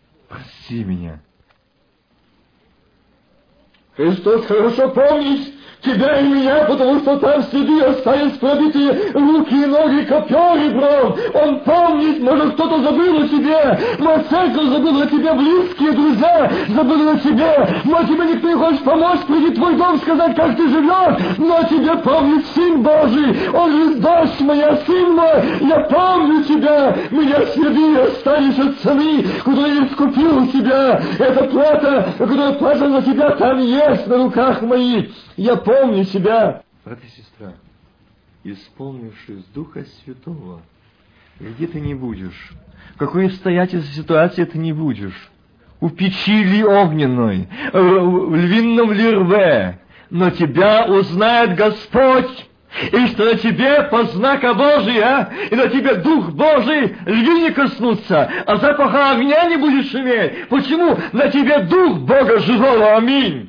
Прости меня. Христос хорошо помнит, тебя и меня, потому что там следы остались пробитые руки и ноги копьем ребром. Он помнит, может, кто-то забыл о тебе, но церковь забыла о тебе, близкие друзья забыли о тебе, но тебе никто не хочет помочь, приди в твой дом сказать, как ты живешь, но тебе помнит Сын Божий. Он говорит: дочь моя, сын мой, я помню тебя, меня следы остались от цены, которую искупил тебя, эта плата, которая плата за тебя, там есть на руках моих. Я помню себя. Брат и сестра, исполнившись Духа Святого, где ты не будешь, в какой обстоятельстве ситуации ты не будешь, у печи ли огненной, в львином ли рве, но тебя узнает Господь, и что на тебе по знака Божия, и на тебе Дух Божий львы не коснутся, а запаха огня не будешь иметь. Почему? На тебе Дух Бога живого. Аминь.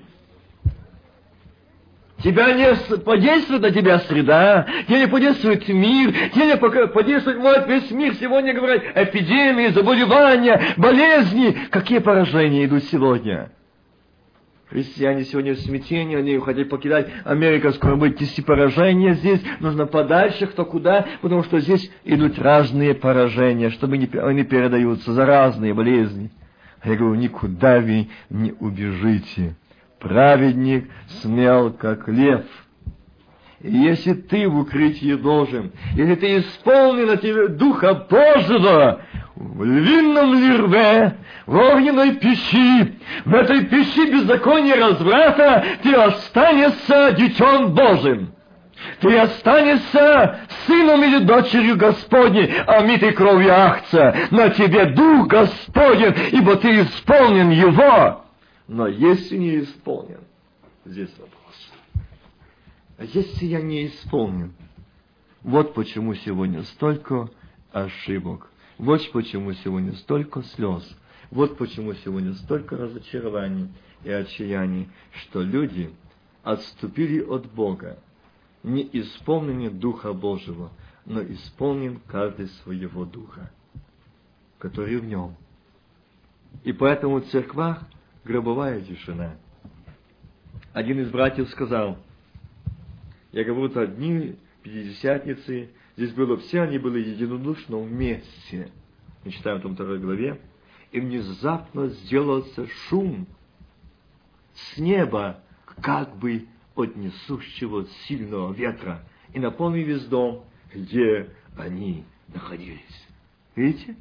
Тебя не подействует на тебя среда, тебе не подействует мир, тебе не подействует, может, весь мир. Сегодня говорят эпидемии, заболевания, болезни. Какие поражения идут сегодня? Христиане сегодня в смятении, они хотят покидать Америку, скоро будет нести поражения здесь, нужно подальше, кто куда, потому что здесь идут разные поражения, чтобы не, они передаются, заразные болезни. Я говорю, никуда вы не убежите. Праведник смел, как лев. И если ты в укрытии должен, если ты исполнен на тебе Духа Божьего, в львином ли рве, в огненной печи, в этой печи беззакония разврата, ты останешься Детем Божьим. Ты останешься сыном или дочерью Господней, омитой кровью Агнца. На тебе Дух Господень, ибо ты исполнен Его. Но если не исполнен, здесь вопрос. А если я не исполнен? Вот почему сегодня столько ошибок. Вот почему сегодня столько слез. Вот почему сегодня столько разочарований и отчаяний, что люди отступили от Бога, не исполнены Духа Божьего, но исполнен каждый своего Духа, который в нем. И поэтому в церквах гробовая тишина. Один из братьев сказал, я говорю, вот одни пятидесятницы, здесь было все, они были единодушно вместе. Мы читаем в том второй главе. И внезапно сделался шум с неба, как бы от несущего сильного ветра, и наполнил весь дом, где они находились. Видите?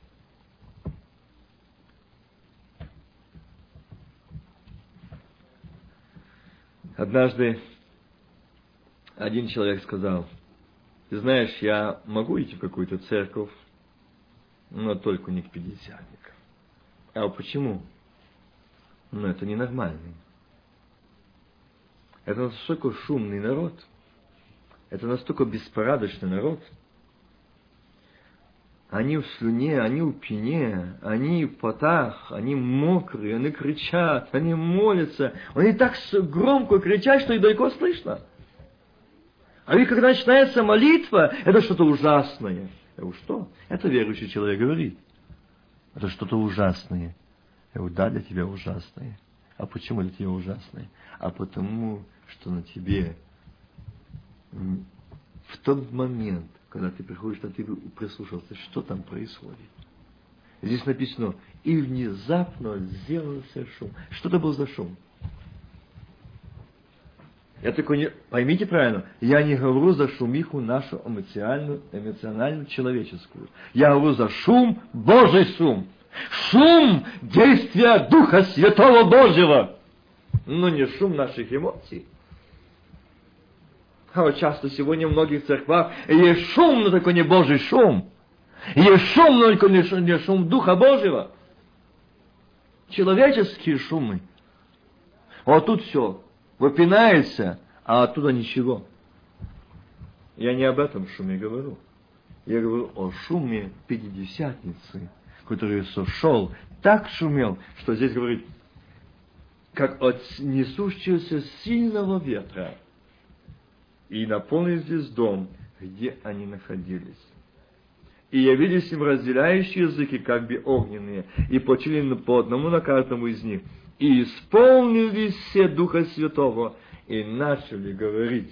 Однажды один человек сказал, ты знаешь, я могу идти в какую-то церковь, но только не к пятидесятникам. А почему? Ну, это ненормально. Это настолько шумный народ, это настолько беспорядочный народ. Они в слюне, они в пене, они в потах, они мокрые, они кричат, они молятся. Они так громко кричат, что и далеко слышно. А ведь когда начинается молитва, это что-то ужасное. Я говорю, что? Это верующий человек говорит. Это что-то ужасное. Я говорю, да, для тебя ужасное. А почему для тебя ужасное? А потому, что на тебе в тот момент, когда ты приходишь, а ты прислушался, что там происходит. Здесь написано, и внезапно сделался шум. Что это был за шум? Я такой, не... поймите правильно, я не говорю за шумиху нашу эмоциональную, эмоциональную человеческую. Я говорю за шум, Божий шум. Шум действия Духа Святого Божьего. Но не шум наших эмоций. А вот часто сегодня в многих церквах есть шум, но такой не Божий шум. Есть шум, но только не шум, не шум Духа Божьего. Человеческие шумы. Вот тут все выпинается, а оттуда ничего. Я не об этом шуме говорю. Я говорю о шуме Пятидесятницы, который сошел, так шумел, что здесь говорит, как от несущегося сильного ветра. И наполнил здесь дом, где они находились. И явились им разделяющие языки, как бы огненные, и почили по одному на каждому из них. И исполнились все Духа Святого, и начали говорить.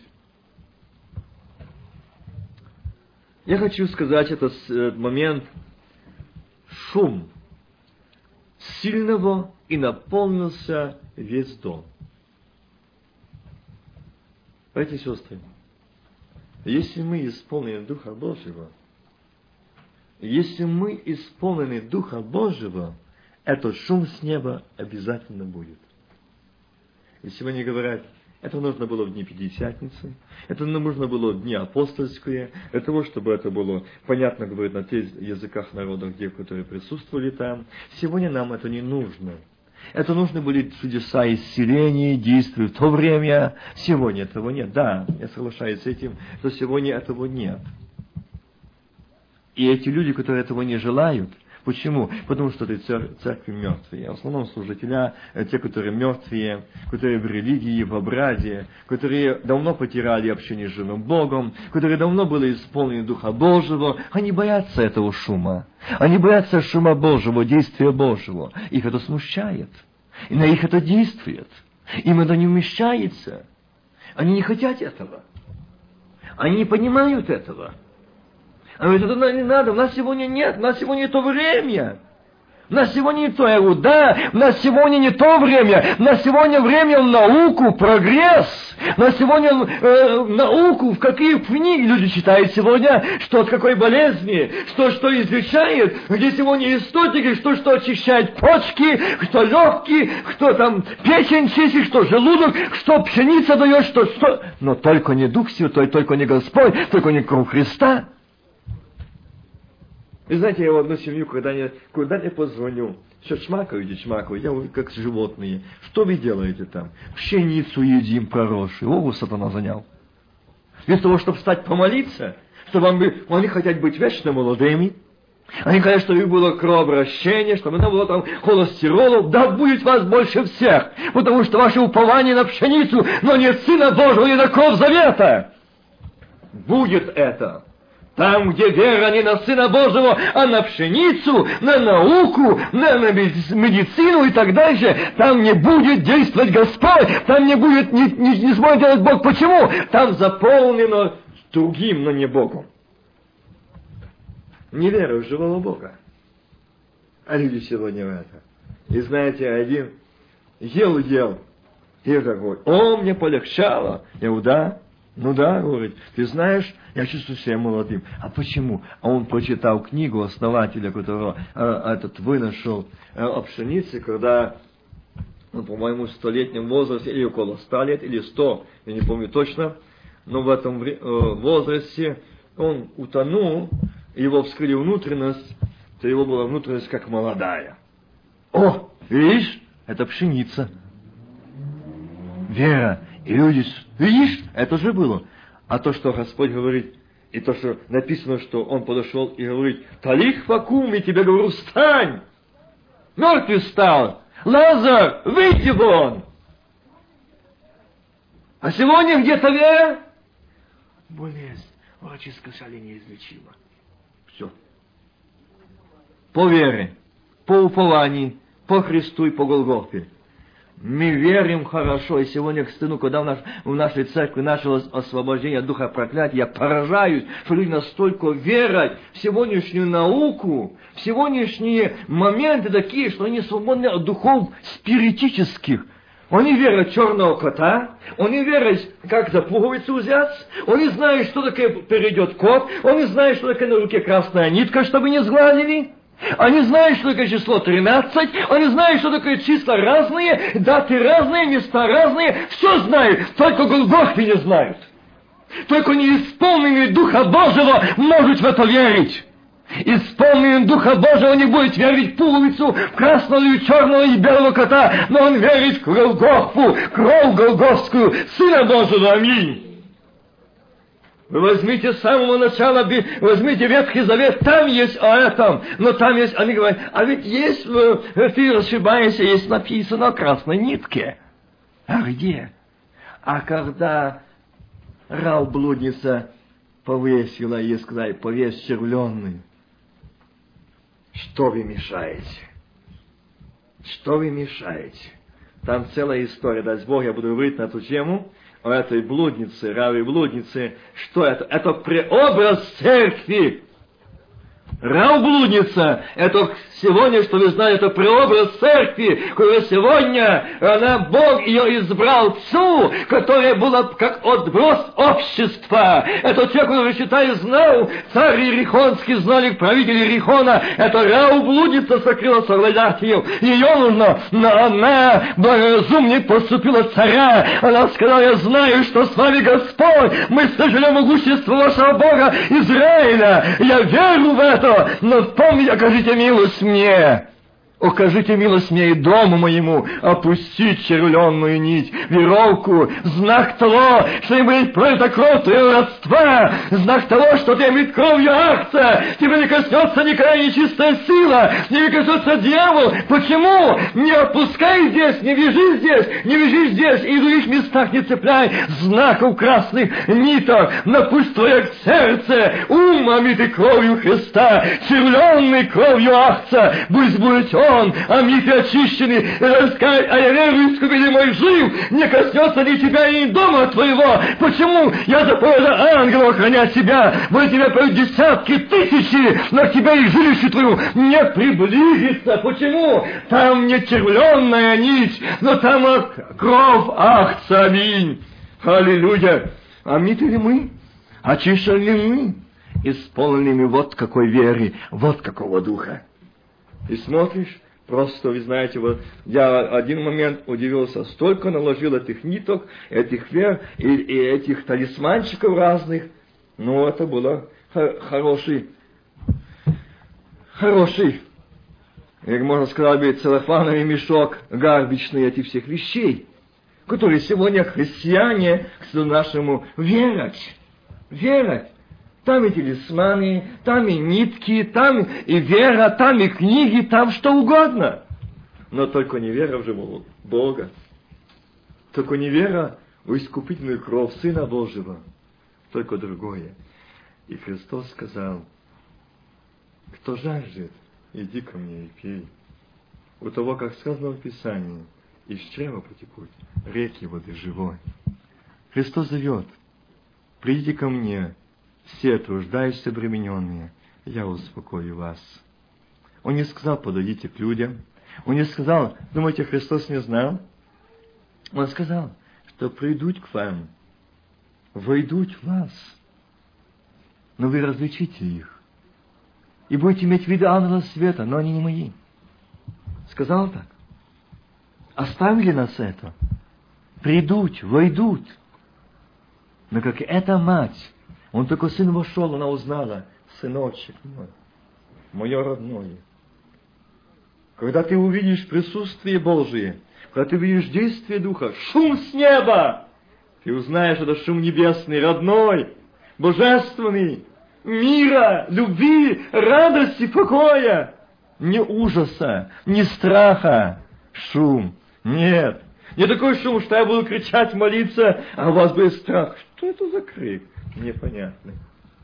Я хочу сказать этот момент шум сильного, и наполнился весь дом. Братья и сестры, если мы исполнены Духа Божьего, если мы исполнены Духа Божьего, этот шум с неба обязательно будет. И сегодня говорят, это нужно было в дни Пятидесятницы, это нужно было в дни Апостольские, для того, чтобы это было понятно, говорит, на тех языках народов, где, которые присутствовали там. Сегодня нам это не нужно. Это нужны были чудеса исцеления, действия в то время. Сегодня этого нет. Да, я соглашаюсь с этим, что сегодня этого нет. И эти люди, которые этого не желают, почему? Потому что это цер- церкви мертвые. В основном служителя, те, которые мертвые, которые в религии, в обряде, которые давно потеряли общение с живым Богом, которые давно были исполнены Духа Божьего, они боятся этого шума. Они боятся шума Божьего, действия Божьего. Их это смущает. И на них это действует. Им это не вмещается. Они не хотят этого. Они не понимают этого. А говорит, это не надо, у нас сегодня нет, у нас сегодня не то время. У нас сегодня не то. Я говорю, да, у нас сегодня не то время. У нас сегодня время в науку, прогресс. У нас сегодня э, в науку, в какие книги люди читают сегодня, что от какой болезни, что что излечает, где сегодня источники, что что очищает почки, что легкие, кто там печень чистит, что желудок, что пшеница дает, что что. Но только не Дух Святой, только не Господь, только не кровь Христа. Вы знаете, я в одну семью, когда я, куда я позвоню, все чмакают, чмакают, я как животные. Что вы делаете там? Пшеницу едим проросшую. О, сатана занял. Вместо того, чтобы встать помолиться, чтобы вам, они хотят быть вечно молодыми, они хотят, чтобы их было кровообращение, чтобы оно было там холестеролов, да будет вас больше всех, потому что ваше упование на пшеницу, но не Сына Божьего, не на кровь завета. Будет это. Там, где вера не на Сына Божьего, а на пшеницу, на науку, на, на медицину и так дальше, там не будет действовать Господь, там не будет, не, не, не сможет делать Бог. Почему? Там заполнено другим, но не Богом. Не вера в живого Бога. А люди сегодня в это. И знаете, один ел-ел, и такой, о, мне полегчало. Я говорю, да. Ну да, говорит, ты знаешь, я чувствую себя молодым. А почему? А он прочитал книгу основателя, которого э, этот выношел э, о пшенице, когда, ну, по-моему, в столетнем возрасте, или около ста лет, или сто, я не помню точно, но в этом э, возрасте он утонул, его вскрыли внутренность, то его была внутренность как молодая. О, видишь, это пшеница. Вера. И люди, видишь, это же было. А то, что Господь говорит, и то, что написано, что Он подошел и говорит, «Талих вакум, и тебе говорю, встань!» Мертвый встал. «Лазар, выйди вон!» А сегодня где-то вера? Болезнь. Врачи сказали, неизлечима. Все. По вере, по упованию, по Христу и по Голгофе. Мы верим хорошо, и сегодня к стыду, когда в, наш, в нашей церкви началось освобождение от духа проклятия, я поражаюсь, что люди настолько верят в сегодняшнюю науку, в сегодняшние моменты такие, что они свободны от духов спиритических. Они верят в черного кота, они верят, как за пуговицу взять, они знают, что такое перейдет кот, они знают, что такое на руке красная нитка, чтобы не сгладили. Они знают, что такое число тринадцать, они знают, что такое числа разные, даты разные, места разные, все знают, только Голгофу не знают. Только неисполненные Духа Божьего могут в это верить. Исполненный Духа Божьего не будет верить в пуговицу, в красного и черного и белого кота, но он верит в Голгофу, кровь голгофскую, Сына Божьего, аминь. Вы возьмите с самого начала, возьмите Ветхий Завет, там есть о этом, но там есть, они говорят, а ведь есть, ты ошибаешься, есть написано о красной нитке. А где? А когда раб-блудница повесила, ей сказали, повесь червленный, что вы мешаете? Что вы мешаете? Там целая история, даст Бог, я буду говорить на эту тему. о этой блуднице, раве блуднице, что это? Это преобраз церкви. Рау-блудница, это сегодня, что вы знаете, это преобраз церкви, которая сегодня, она, Бог ее избрал ту, которая была как отброс общества. Это те, которые, считай, знал, царь Иерихонский, знали правитель Иерихона, это Рау-блудница сокрыла совладателей. Ее нужно, но она благоразумнее поступила царя. Она сказала: я знаю, что с вами Господь, мы слышали могущество вашего Бога Израиля, я верю в это. Но помните, окажите милость мне, окажите милость мне и дому моему, опустить червленную нить, веровку, знак того, что им будет пролита кровь твоего родства, знак того, что ты имеет кровью акция, тебе не коснется никакая нечистая сила, не коснется дьявол. Почему? Не отпускай здесь, не вяжи здесь, не вяжи здесь, и в других местах не цепляй знаков красных ниток, но пусть твое сердце, ум омитый кровью Христа, червленной кровью акция, пусть будет он, омит и очищенный, раскай, а я верую, искупитель мой жив, не коснется ни тебя, ни дома твоего. Почему? Я заповедаю ангелу охранять тебя, будет тебя поют десятки, тысячи, но к тебе и жилище твою не приблизится. Почему? Там не червленная нить, но там кровь акция, аминь. Аллилуйя. Омиты ли мы? Очищены ли мы? Исполненными вот какой веры, вот какого духа. И смотришь, просто, вы знаете, вот я один момент удивился, столько наложил этих ниток, этих вер и, и этих талисманчиков разных. Ну, это было х- хороший, хороший, как можно сказать, целлофановый мешок гарбичный этих всех вещей, которые сегодня христиане к нашему верить, верить. Там и талисманы, там и нитки, там и вера, там и книги, там что угодно. Но только не вера в живого Бога. Только не вера в искупительную кровь Сына Божьего. Только другое. И Христос сказал: кто жаждет, иди ко мне и пей. У того, как сказано в Писании, из чрева потекут реки воды живой. Христос зовет: придите ко мне, все труждающиеся обремененные, я успокою вас. Он не сказал: подойдите к людям. Он не сказал: думаете, Христос не знал? Он сказал, что придут к вам, войдут в вас, но вы различите их. И будете иметь виды ангелов света, но они не мои. Сказал так. Оставили нас это. Придут, войдут. Но как эта мать, он только сын вошел, она узнала: сыночек мой, мое родное. Когда ты увидишь присутствие Божие, когда ты увидишь действие Духа, шум с неба, ты узнаешь, это шум небесный, родной, божественный, мира, любви, радости, покоя. Не ужаса, не страха. Шум. Нет. Не такой шум, что я буду кричать, молиться, а у вас будет страх. Что это за крик? Непонятный.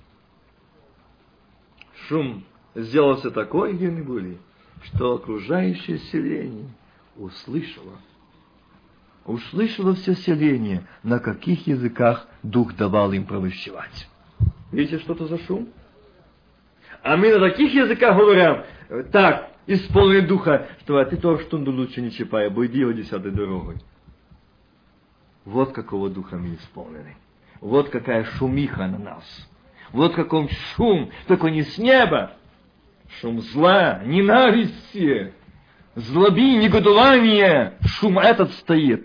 Шум сделался такой, где мы были, что окружающее селение услышало. Услышало все селение, на каких языках Дух давал им провещевать. Видите, что это за шум? А мы на таких языках говорим: так, исполни Духа, что а ты тоже штунду лучше не чипай, бо иди его десятой дорогой. Вот какого Духа мы исполнены. Вот какая шумиха на нас. Вот какой шум, только не с неба. Шум зла, ненависти, злоби, негодования. Шум этот стоит.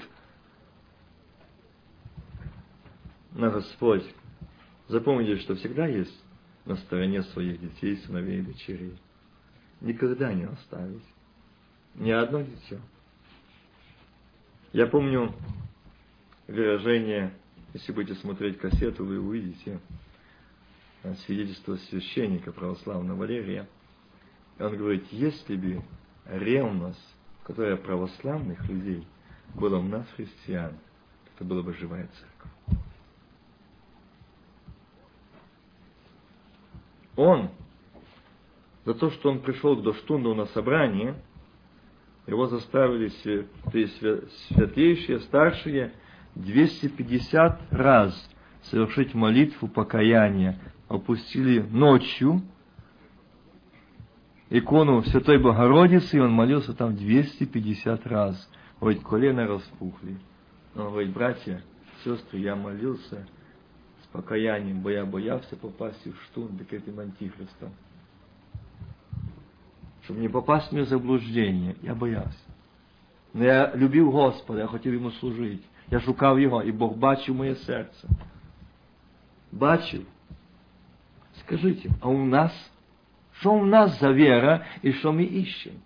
Но Господь, запомните, что всегда есть на стороне своих детей, сыновей и дочерей. Никогда не оставить. Ни одно дитя. Я помню выражение, если будете смотреть кассету, вы увидите свидетельство священника православного Валерия. Он говорит: если бы ревность, которая православных людей, была у нас, христиан, это была бы живая церковь. Он, за то, что он пришел до штунду на собрание, его заставили святейшие, старшие двести пятьдесят раз совершить молитву покаяния. Опустили ночью икону Святой Богородицы, и он молился там двести пятьдесят раз. Ой, колено распухли. Он говорит: братья, сестры, я молился с покаянием, бо я боялся попасть в штурм таким антихристом. Чтобы не попасть в заблуждение, я боявся. Но я любив Господа, я хотів йому служити. Я шукав його, і Бог бачив моє серце. Бачив. Скажіть, а у нас? Що у нас за віра і що ми іщемо?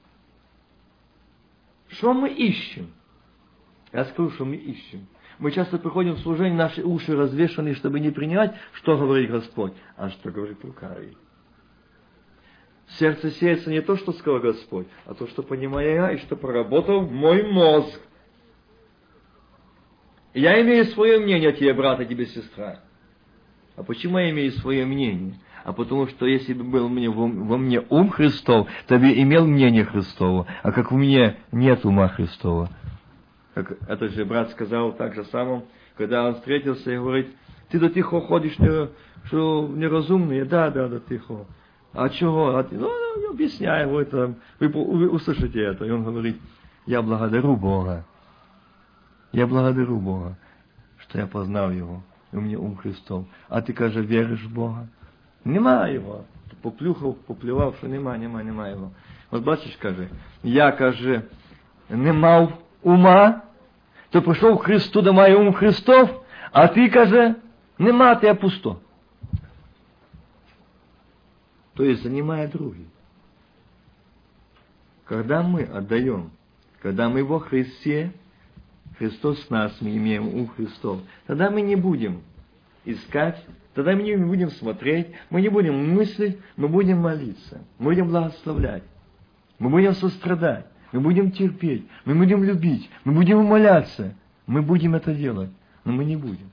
Що ми іщемо? Я скажу, что мы ищем. Мы часто приходим в служение, наши уши развешаны, чтобы не принять, что говорит Господь, а что говорит лукавый. В сердце сеется не то, что сказал Господь, а то, что понимаю я, и что проработал мой мозг. Я имею свое мнение о тебе, брат, о тебе, сестра. А почему я имею свое мнение? А потому что если бы был мне, во, во мне ум Христов, то бы имел мнение Христово. А как в мне нет ума Христова. Как этот же брат сказал так же самым, когда он встретился и говорит: ты до тихо ходишь, не, что неразумные? Да, да, до тихо. А чего? А ты, ну, ну, объясняй, вы, там, вы, вы услышите это. И он говорит: я благодарю Бога. Я благодарю Бога, что я познал Его. И у меня ум Христов. А ти, каже, віриш в Бога? Нема Його. Поплюхав, поплював, що нема, нема, нема Його. От бачиш, каже, я, каже, не мав ума, то прийшов к Христу, да має ум Христов, а ти, каже, нема, ти пусто. То есть занимая других. Когда мы отдаем, когда мы во Христе, Христос с нас, мы имеем ум Христов, тогда мы не будем искать, тогда мы не будем смотреть, мы не будем мыслить, мы будем молиться, мы будем благословлять, мы будем сострадать, мы будем терпеть, мы будем любить, мы будем умоляться, мы будем это делать, но мы не будем.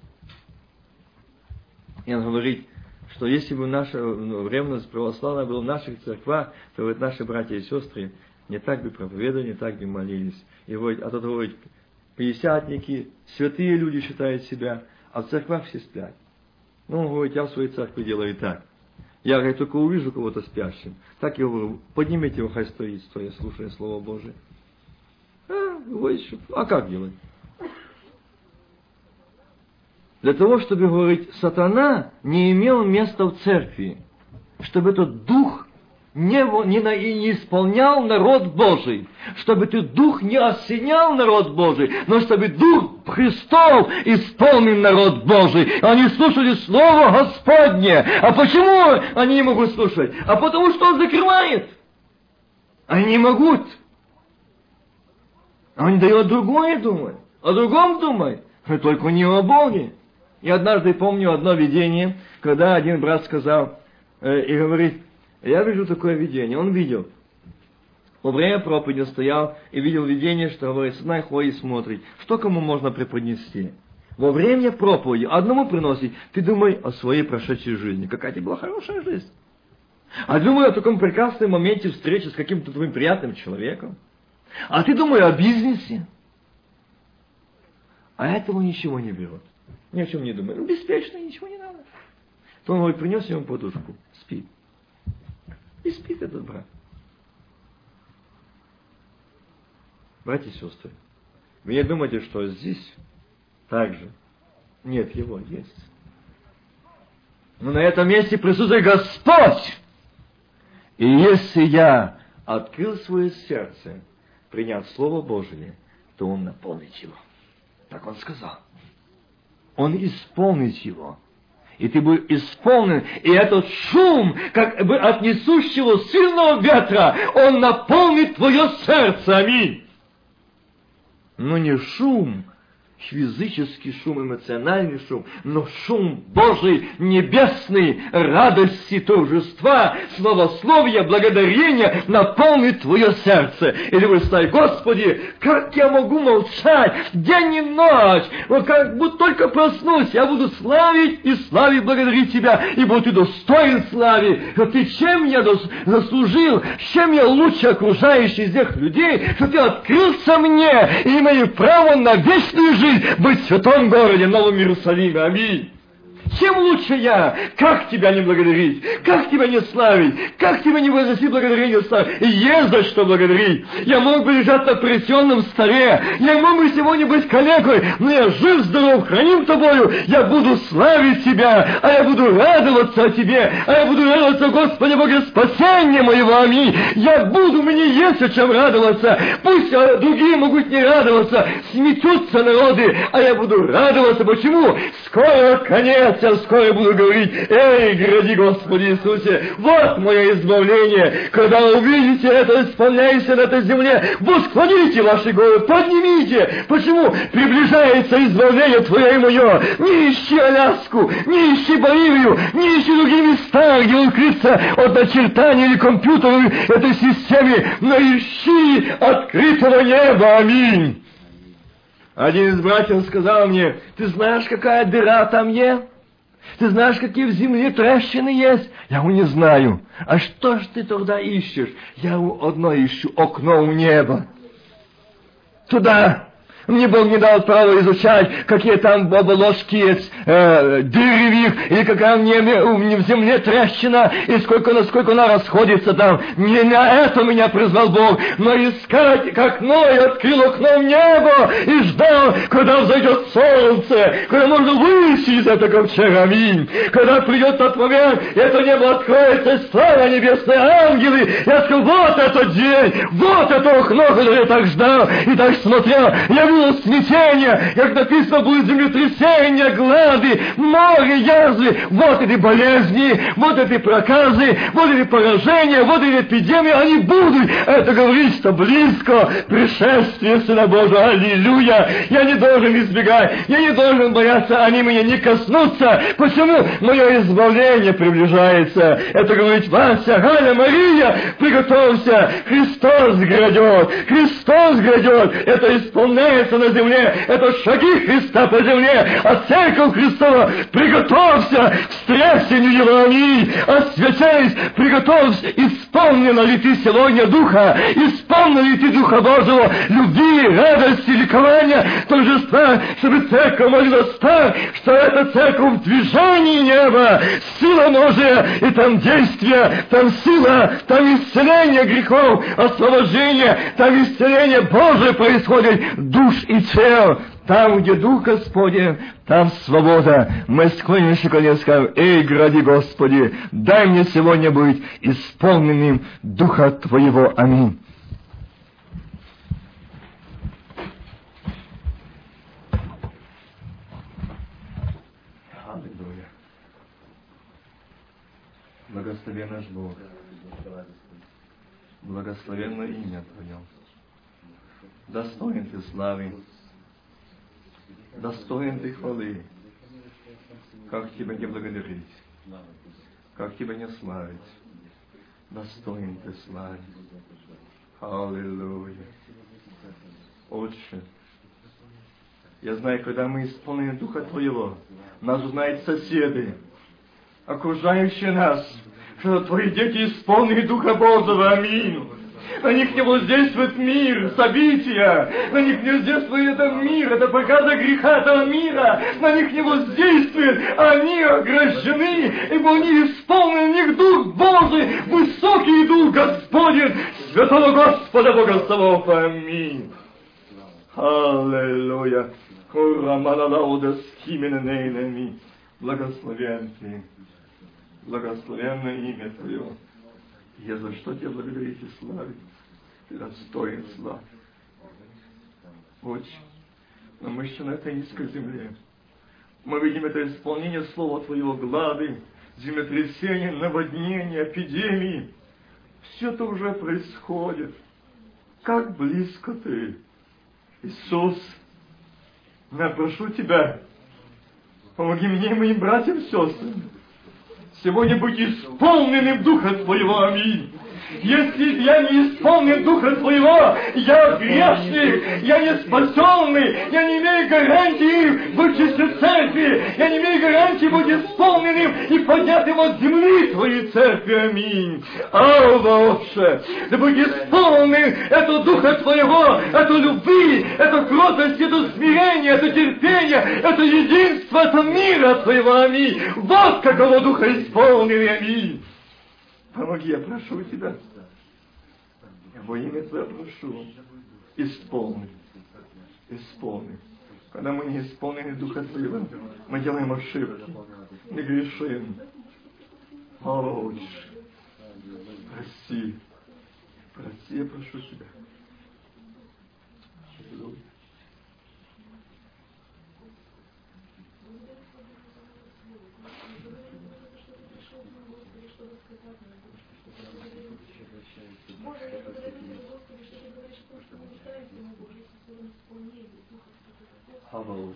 И он говорит, что если бы наша ревность православная была в наших церквах, то вот наши братья и сестры не так бы проповедовали, не так бы молились. И вот, а тут говорит, пятидесятники, святые люди считают себя, а в церквах все спят. Ну, он говорит, я в своей церкви делаю так. Я, говорит, только увижу кого-то спящим. Так я говорю, поднимите его, хай стоит, стоя, слушая Слово Божие. А, говорит, а как делать? Для того, чтобы, говорить, сатана не имел места в церкви, чтобы этот дух не, не, не исполнял народ Божий, чтобы этот дух не осенял народ Божий, но чтобы дух Христов исполнил народ Божий. Они слушали Слово Господне. А почему они не могут слушать? А потому что он закрывает. Они не могут. Он дает другое думать, о другом думать, но только не о Боге. И однажды помню одно видение, когда один брат сказал э, и говорит, я вижу такое видение. Он видел. Во время проповеди стоял и видел видение, что говорит, сына ходит и смотрит, что кому можно преподнести. Во время проповеди одному приносить, ты думай о своей прошедшей жизни. Какая тебе была хорошая жизнь. А думай о таком прекрасном моменте встречи с каким-то твоим приятным человеком. А ты думай о бизнесе. А этого ничего не берет. Ни о чем не думает. Ну, беспечно, ничего не надо. То он говорит, принес ему подушку. Спит. И спит этот брат. Братья и сестры, вы не думаете, что здесь так же? Нет, его есть. Но на этом месте присутствует Господь. И если я открыл свое сердце, приняв Слово Божие, то Он наполнит его. Так Он сказал. Он исполнит его. И ты будешь исполнен. И этот шум, как бы от несущего сильного ветра, он наполнит твое сердце. Аминь. Но не шум, физический шум, эмоциональный шум, но шум Божий, небесный, радости, торжества, славословия, благодарения наполнит твое сердце. И ты будешь сказать, Господи, как я могу молчать день и ночь? Вот как будто только проснусь, я буду славить и славить, благодарить Тебя, ибо Ты достоин славы. Что Ты чем я заслужил, чем я лучше окружающих всех людей, что Ты открылся мне и имею право на вечную жизнь. жизнь быть в святом городе, Новом Иерусалиме. Аминь. Чем лучше я? Как тебя не благодарить? Как тебя не славить? Как тебя не возносить благодарение славить? Есть за что благодарить. Я мог бы лежать на пресенном столе. Я мог бы сегодня быть калекой, но я жив, здоров, храним тобою. Я буду славить тебя, а я буду радоваться о тебе, а я буду радоваться, Господи Боге, спасение моего. Аминь. Я буду, мне есть о чем радоваться. Пусть другие могут не радоваться, сметутся народы, а я буду радоваться. Почему? Скоро конец. Я вскоре буду говорить: эй, гради, Господи Иисусе, вот мое избавление. Когда увидите это, исполняется на этой земле, восклоните ваши головы, поднимите. Почему? Приближается избавление твое и мое. Не ищи Аляску, не ищи Боливию, не ищи другие места, где укрыться от начертания или компьютера этой системы, но ищи открытого неба. Аминь. Один из братьев сказал мне: ты знаешь, какая дыра там есть? Ты знаешь, какие в земле трещины есть? Я его не знаю. А что ж ты тогда ищешь? Я его одно ищу: окно в небо. Туда. Мне Бог не дал права изучать, какие там оболочки есть, э, дыры в них, или какая в, небе, в земле трещина, и сколько, насколько она расходится там. Не на это меня призвал Бог, но искать, как Ной открыл окно в небо и ждал, когда взойдет солнце, когда можно выйти из этого ковчега. Аминь. Когда придет тот момент, и это небо откроется, и слава небесные ангелы. Я скажу: вот этот день, вот это окно, которое я так ждал и так смотрел. Я было смятение, как написано, будет землетрясение, глады, море, язвы, вот эти болезни, вот эти проказы, вот эти поражения, вот эти эпидемии, они будут. Это говорит, что близко пришествие Сына Божьего. Аллилуйя! Я не должен избегать, я не должен бояться, они меня не коснутся. Почему? Мое избавление приближается. Это говорит: Вася, Галя, Мария, приготовься, Христос грядет, Христос грядет. Это исполняется на земле, это шаги Христа по земле, а церковь Христова, приготовься к стрясению его. Аминь. Освящайся, приготовься. Исполнена ли ты сегодня Духа? Исполнена ли ты Духа Божьего? Любви, радости, ликования, торжества, чтобы церковь молилась так, что эта церковь в движении неба, сила Божия, и там действие, там сила, там исцеление грехов, освобождение, там исцеление Божие происходит, душ и тел. Там, где Дух Господень, там свобода. Мы склонимся колен и скажем: эй, гради, Господи, дай мне сегодня быть исполненным Духа Твоего. Аминь. Аллилуйя. Благословен наш Бог. Благословенно имя Твое. Достоин Ты славы, достоин Ты хвалы. Как Тебя не благодарить, как Тебя не славить. Достоин Ты славы. Аллилуйя. Отче, я знаю, когда мы исполнены Духа Твоего, нас узнают соседи, окружающие нас, что Твои дети исполнены Духа Божьего. Аминь. На них не воздействует мир, события, на них не воздействует этот мир, это показа греха этого мира, на них не воздействует, они ограждены, ибо они исполнены, в них Дух Божий, высокий Дух Господень, Святого Господа Бога Саваоф. Аминь. Аллилуйя. Благословен Ты, благословенное имя Твое. Я за что Тебя благодарить и славить? Ты достоин славы. Отче, но мы еще на этой низкой земле. Мы видим это исполнение Слова Твоего, глады, землетрясения, наводнения, эпидемии. Все это уже происходит. Как близко Ты, Иисус. Я прошу Тебя, помоги мне и моим братьям и сестрам сегодня быть исполненным Духа Твоего. Аминь. Если я не исполнен Духа Твоего, я грешник, я не спасенный, я не имею гарантии быть в числе церкви, я не имею гарантии быть исполненным и поднятым от земли Твоей церкви. Аминь. Алло, Отче, да будь исполнен эту Духа Твоего, эту любви, эту кротость, эту смирение, это терпение, это единство, это мира Твоего. Аминь. Вот какого Духа исполнен. Аминь. Помоги, я прошу Тебя. Я во имя Твое прошу. Исполни. Исполни. Когда мы не исполнены Духа Твоего, мы делаем ошибки. Мы грешим. О, Отче, прости. Прости, я прошу Тебя. Алло.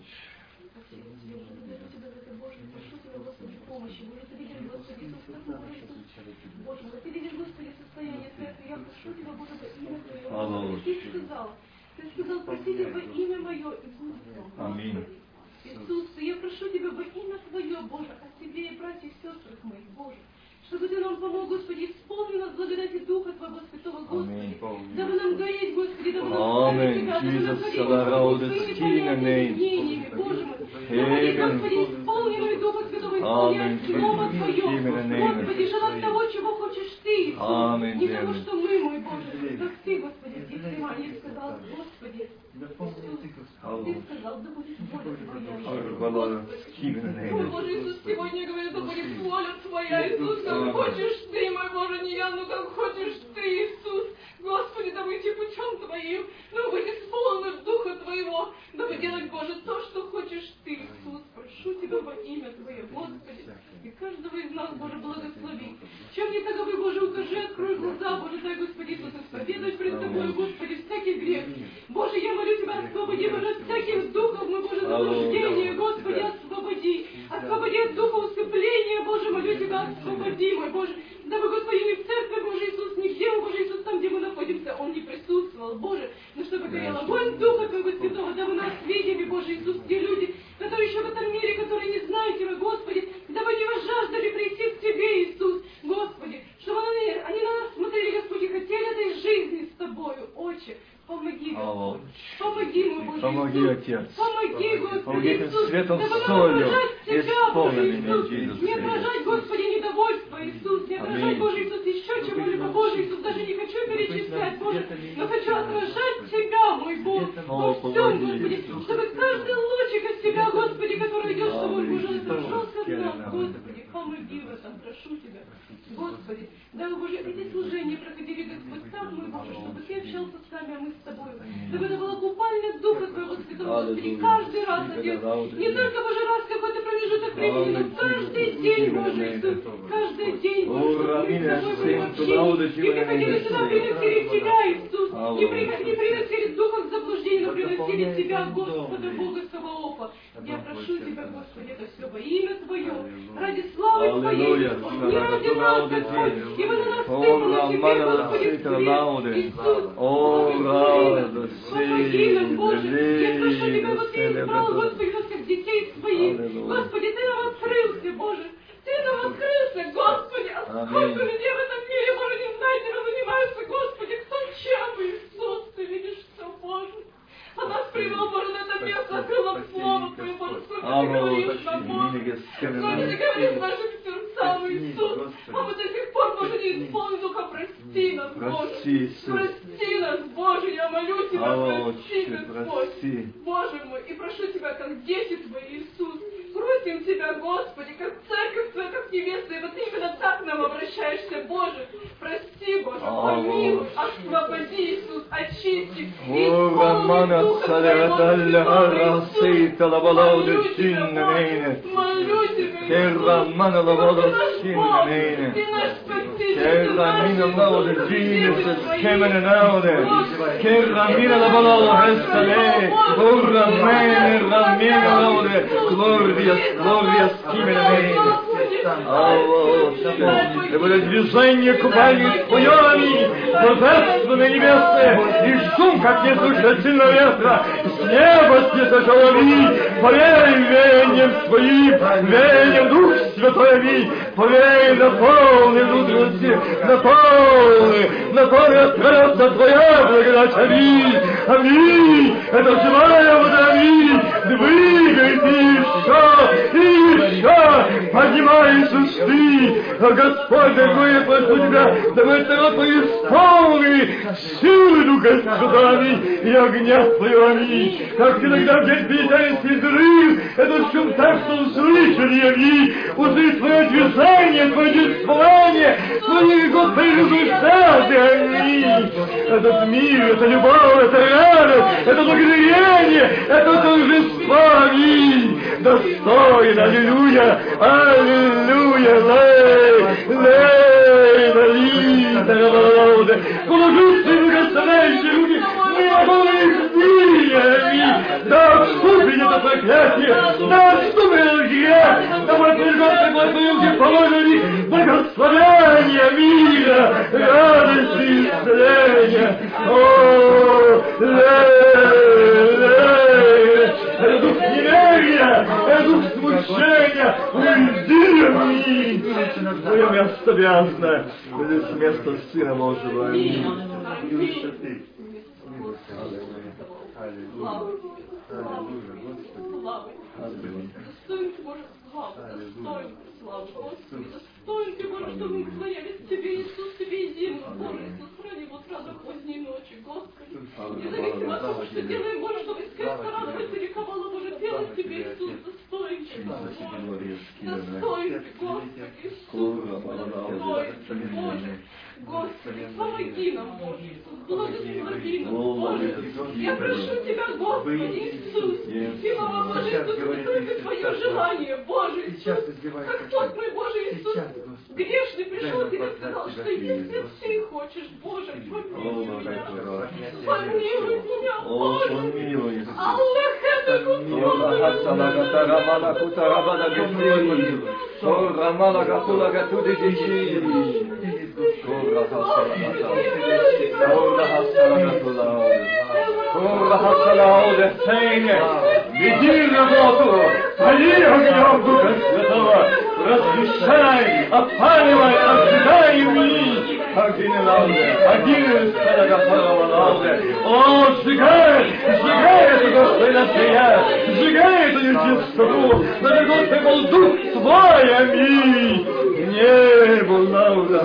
Ты видишь, Господи, состояние церкви, я прошу Тебя, Боже, во имя Твое. Алло. Ты сказал, Ты сказал, просите во имя Мое и будет вам. Аминь. Иисус, я прошу Тебя во имя Твое, Боже, о себе и братьях и сестрах моих, Боже, чтобы Ты нам помог, Господи, исполни нас благодати Духа Твоего Святого, Господи, дабы нам гореть, Господи, дабы нам славить Тебя, дабы нам ходить своими понятиями, Боже мой, дабы быть, Господи, исполненными Духа Святого, исполнять Слово Твое, Господи, желать того, чего хочешь Ты, Иисус, не того, что мы, мой Боже, как Ты, Господи, в Гефсимании сказал, Господи, Иисус, Ты сказал, да будет воля Твоя, Господи. Мой Боже, Иисус, сегодня говорит, да будет воля Твоя, Иисус, как хочешь Ты, мой Боже, не я, но как хочешь Ты, Иисус. Господи, да идти путем Твоим, да быть исполнен Духа Твоего, дабы делать, Боже, то, что хочешь Ты, Иисус. Прошу Тебя во имя Твое, Господи, и каждого из нас, Боже, благослови. Чем не таковы, Боже, укажи, открой глаза, Боже, дай, Господи Иисус, исповедовать пред Тобой, Господи, всякий грех. Боже, я молю Тебя, освободи, Боже, от всяких духов, мой Боже, заблуждения, Господи, освободи. Освободи от духа усыпления, Боже, молю Тебя, освободи, мой Боже. Дабы, Господи, ни в церкви, Боже Иисус, нигде, Боже Иисус, там, где мы находимся, Он не присутствовал, Боже, но чтобы горел огонь Духа Твоего Святого, дабы нас видели, Боже Иисус, те люди, которые еще в этом мире, которые не знают Тебя, Господи, дабы они жаждали прийти к Тебе, Иисус, Господи, чтобы они, они на нас смотрели, Господи, хотели этой жизни с Тобою, Отче. Помоги, Господь. Помоги, мой Боже, помоги, Иисус. Отец. Помоги, Господи, помоги Иисус. светом, Дабы нам солью, отражать Тебя, Боже Иисус. Иисус. Не отражать, Господи, недовольство, Иисус. Не отражать, Боже Иисус, еще чего-либо, Боже Иисус. Даже не хочу перечислять, Боже, но хочу отражать Тебя, мой Бог, во всем, Господи, чтобы каждый лучик от Тебя, Господи, который идет с Тобой, Боже, отражался в нас, Господи. Помоги в этом, прошу Тебя, Господи. Да, Боже, эти служения проходили, Господь, так, мой Боже, чтобы Ты общался с нами, а мы с Тобой. Чтобы это было купальня Духа Твоего Святого, Господи, каждый раз, Отец. Не только, Боже, раз какой-то промежуток времени, но каждый день, Боже Иисус. Каждый день, Боже, чтобы мы с Тобой были в общении. И приходили сюда, приносили Тебя, Иисус. Не, при, не приносили духов заблуждений, но приносили Тебя, Господа, Бога Саваофа. Я прошу Тебя, Господи, это все во имя Твое, ради славы Твоей, Господи, не ради нас, Господь. И вы на нас сыпало Тебе, Господи, свет, Иисус. Помоги нам, Боже. Я прошу Тебя, вот Ты избрал, Господи, нас как детей Своих. Господи, Ты нам открылся, Боже. Ты нам открылся, Господи. А сколько людей в этом мире, Боже, не знает, чем занимаются, Господи. Кто чем, Иисус, Ты видишь все, Боже. А нас привел, Боже, на это место, открыл нам Слово Твое, Боже. Сколько Ты говоришь нам, Боже. Сколько Ты говоришь нашим сердцам, Иисус. А мы до сих пор, Боже, не исполнили Духа. Прости нас, Боже. Прости нас, Боже, я молю Тебя, прости, Господь. Боже мой, и прошу Тебя, как дети Твои, Иисус. Просим Тебя, Господи, как церковь Твоя, как невеста, и вот именно так к нам обращаешься, Боже. Прости, Боже, помилуй, освободи, Иисус, очисти, исполни Духа Твоего Святого, Иисус. Молю Тебя, Боже, молю Тебя, Керамана лавода симнейне. Керамина лавода джинеса скемена науде. Керамина лавода хестале. Урамене рамена лаводе. Глория, глория скимена нейне. Алло, да будет движение купальни с хуями, божественное небесное, и шум, как несушительного ветра, с неба снеса шалови, повей веянием своим, веянием Дух Святой Ави, повей, наполни внутренности, наполни, наполни открыться Твоя благодать, Аминь, Аминь, это живая вода, Аминь, двигайся еще, и еще, поднимай Иисус, Ты, Господь, дорогой, я прошу Тебя, давай народ Твой исполни силы Духа Святого и огня Твоего, аминь. Как иногда в день Пятидесятницы взрыв, этот шум так, что услышали, аминь, услышь Твое движение, Твое действование, Твои, Господи, результаты, аминь. Этот мир, это любовь, это радость, это благодарение, это торжество, аминь. Достойно, аллилуйя, аллилуйя, лей, лей, лей, тарабалауде. Положи свои благословляющие руки, мы обои их аминь. Да отступит это проклятие, да отступит грех, да мой прижатый благословенки положили благословения мира, радости и исцеления. О, лей, лей, это дух неверия, это дух смущения, уйди, аминь. Твое место вязное, здесь место Сына Божьего, аминь. Слава, слава, слава. Достоин Ты, Боже, слава, достоин слава, Господи, достоин Ты, Боже, что мы творялись Тебе, Иисус, Тебе и землю, Боже, Иисус, храни вот рано поздней ночи, Господи. Независимо от того, что делаем, Боже, чтобы искать радость и ликовала, Боже, делать Тебе, Иисус, достоин Ты, Боже, достоин Ты, Господи, Иисус, достоин Ты, Боже. Господи, помоги нам, Боже, Иисус, благослови нас, Боже. Я прошу Тебя, Господи, Иисус, Силова Божия, Иисус, только Твое желание, Боже, Иисус, как тот мой Боже Иисус, грешный пришел к Тебе и сказал, что если Ты хочешь, Боже, помилуй меня, помилуй меня, Боже, Аллах, это веди работу, пали огнем Духа Святого, разрешай, опаливай, ожидай мне. Один лауде, один лауде. О, сжигай, сжигай эту достойную сия, сжигай эту нечистоту, дорогой ты был Дух Твой, аминь. Небо лауда,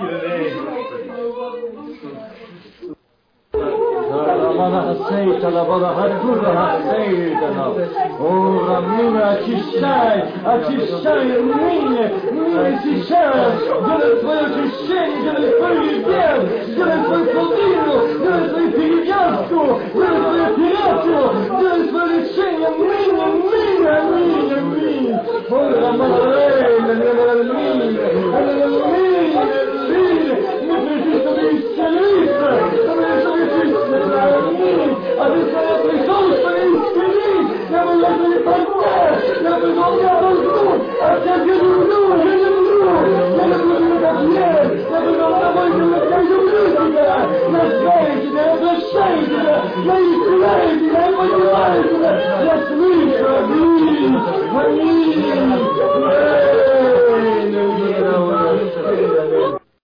Рамана Хасейта, Лабала Хатура Хасейта, о, Рамина, очищай, очищай ныне, ныне сейчас, делай свое очищение, делай свой везде, делай свою полтину, делай свою перевязку, делай свою операцию, делай свое лечение, ныне, ныне, аминь, аминь, о, Рамана Рейна, аминь, аминь, аминь, мы пришли, чтобы исцелиться, чтобы исцелиться, а ты сказал, пришел, что не исцелить, я бы это не понять, я бы думал, я должну, а сейчас я люблю, я не люблю, я люблю тебя как есть, я бы думал, тобой, я люблю тебя, я знаю тебя, я прощаю тебя, я исцеляю тебя, я понимаю тебя, я слышу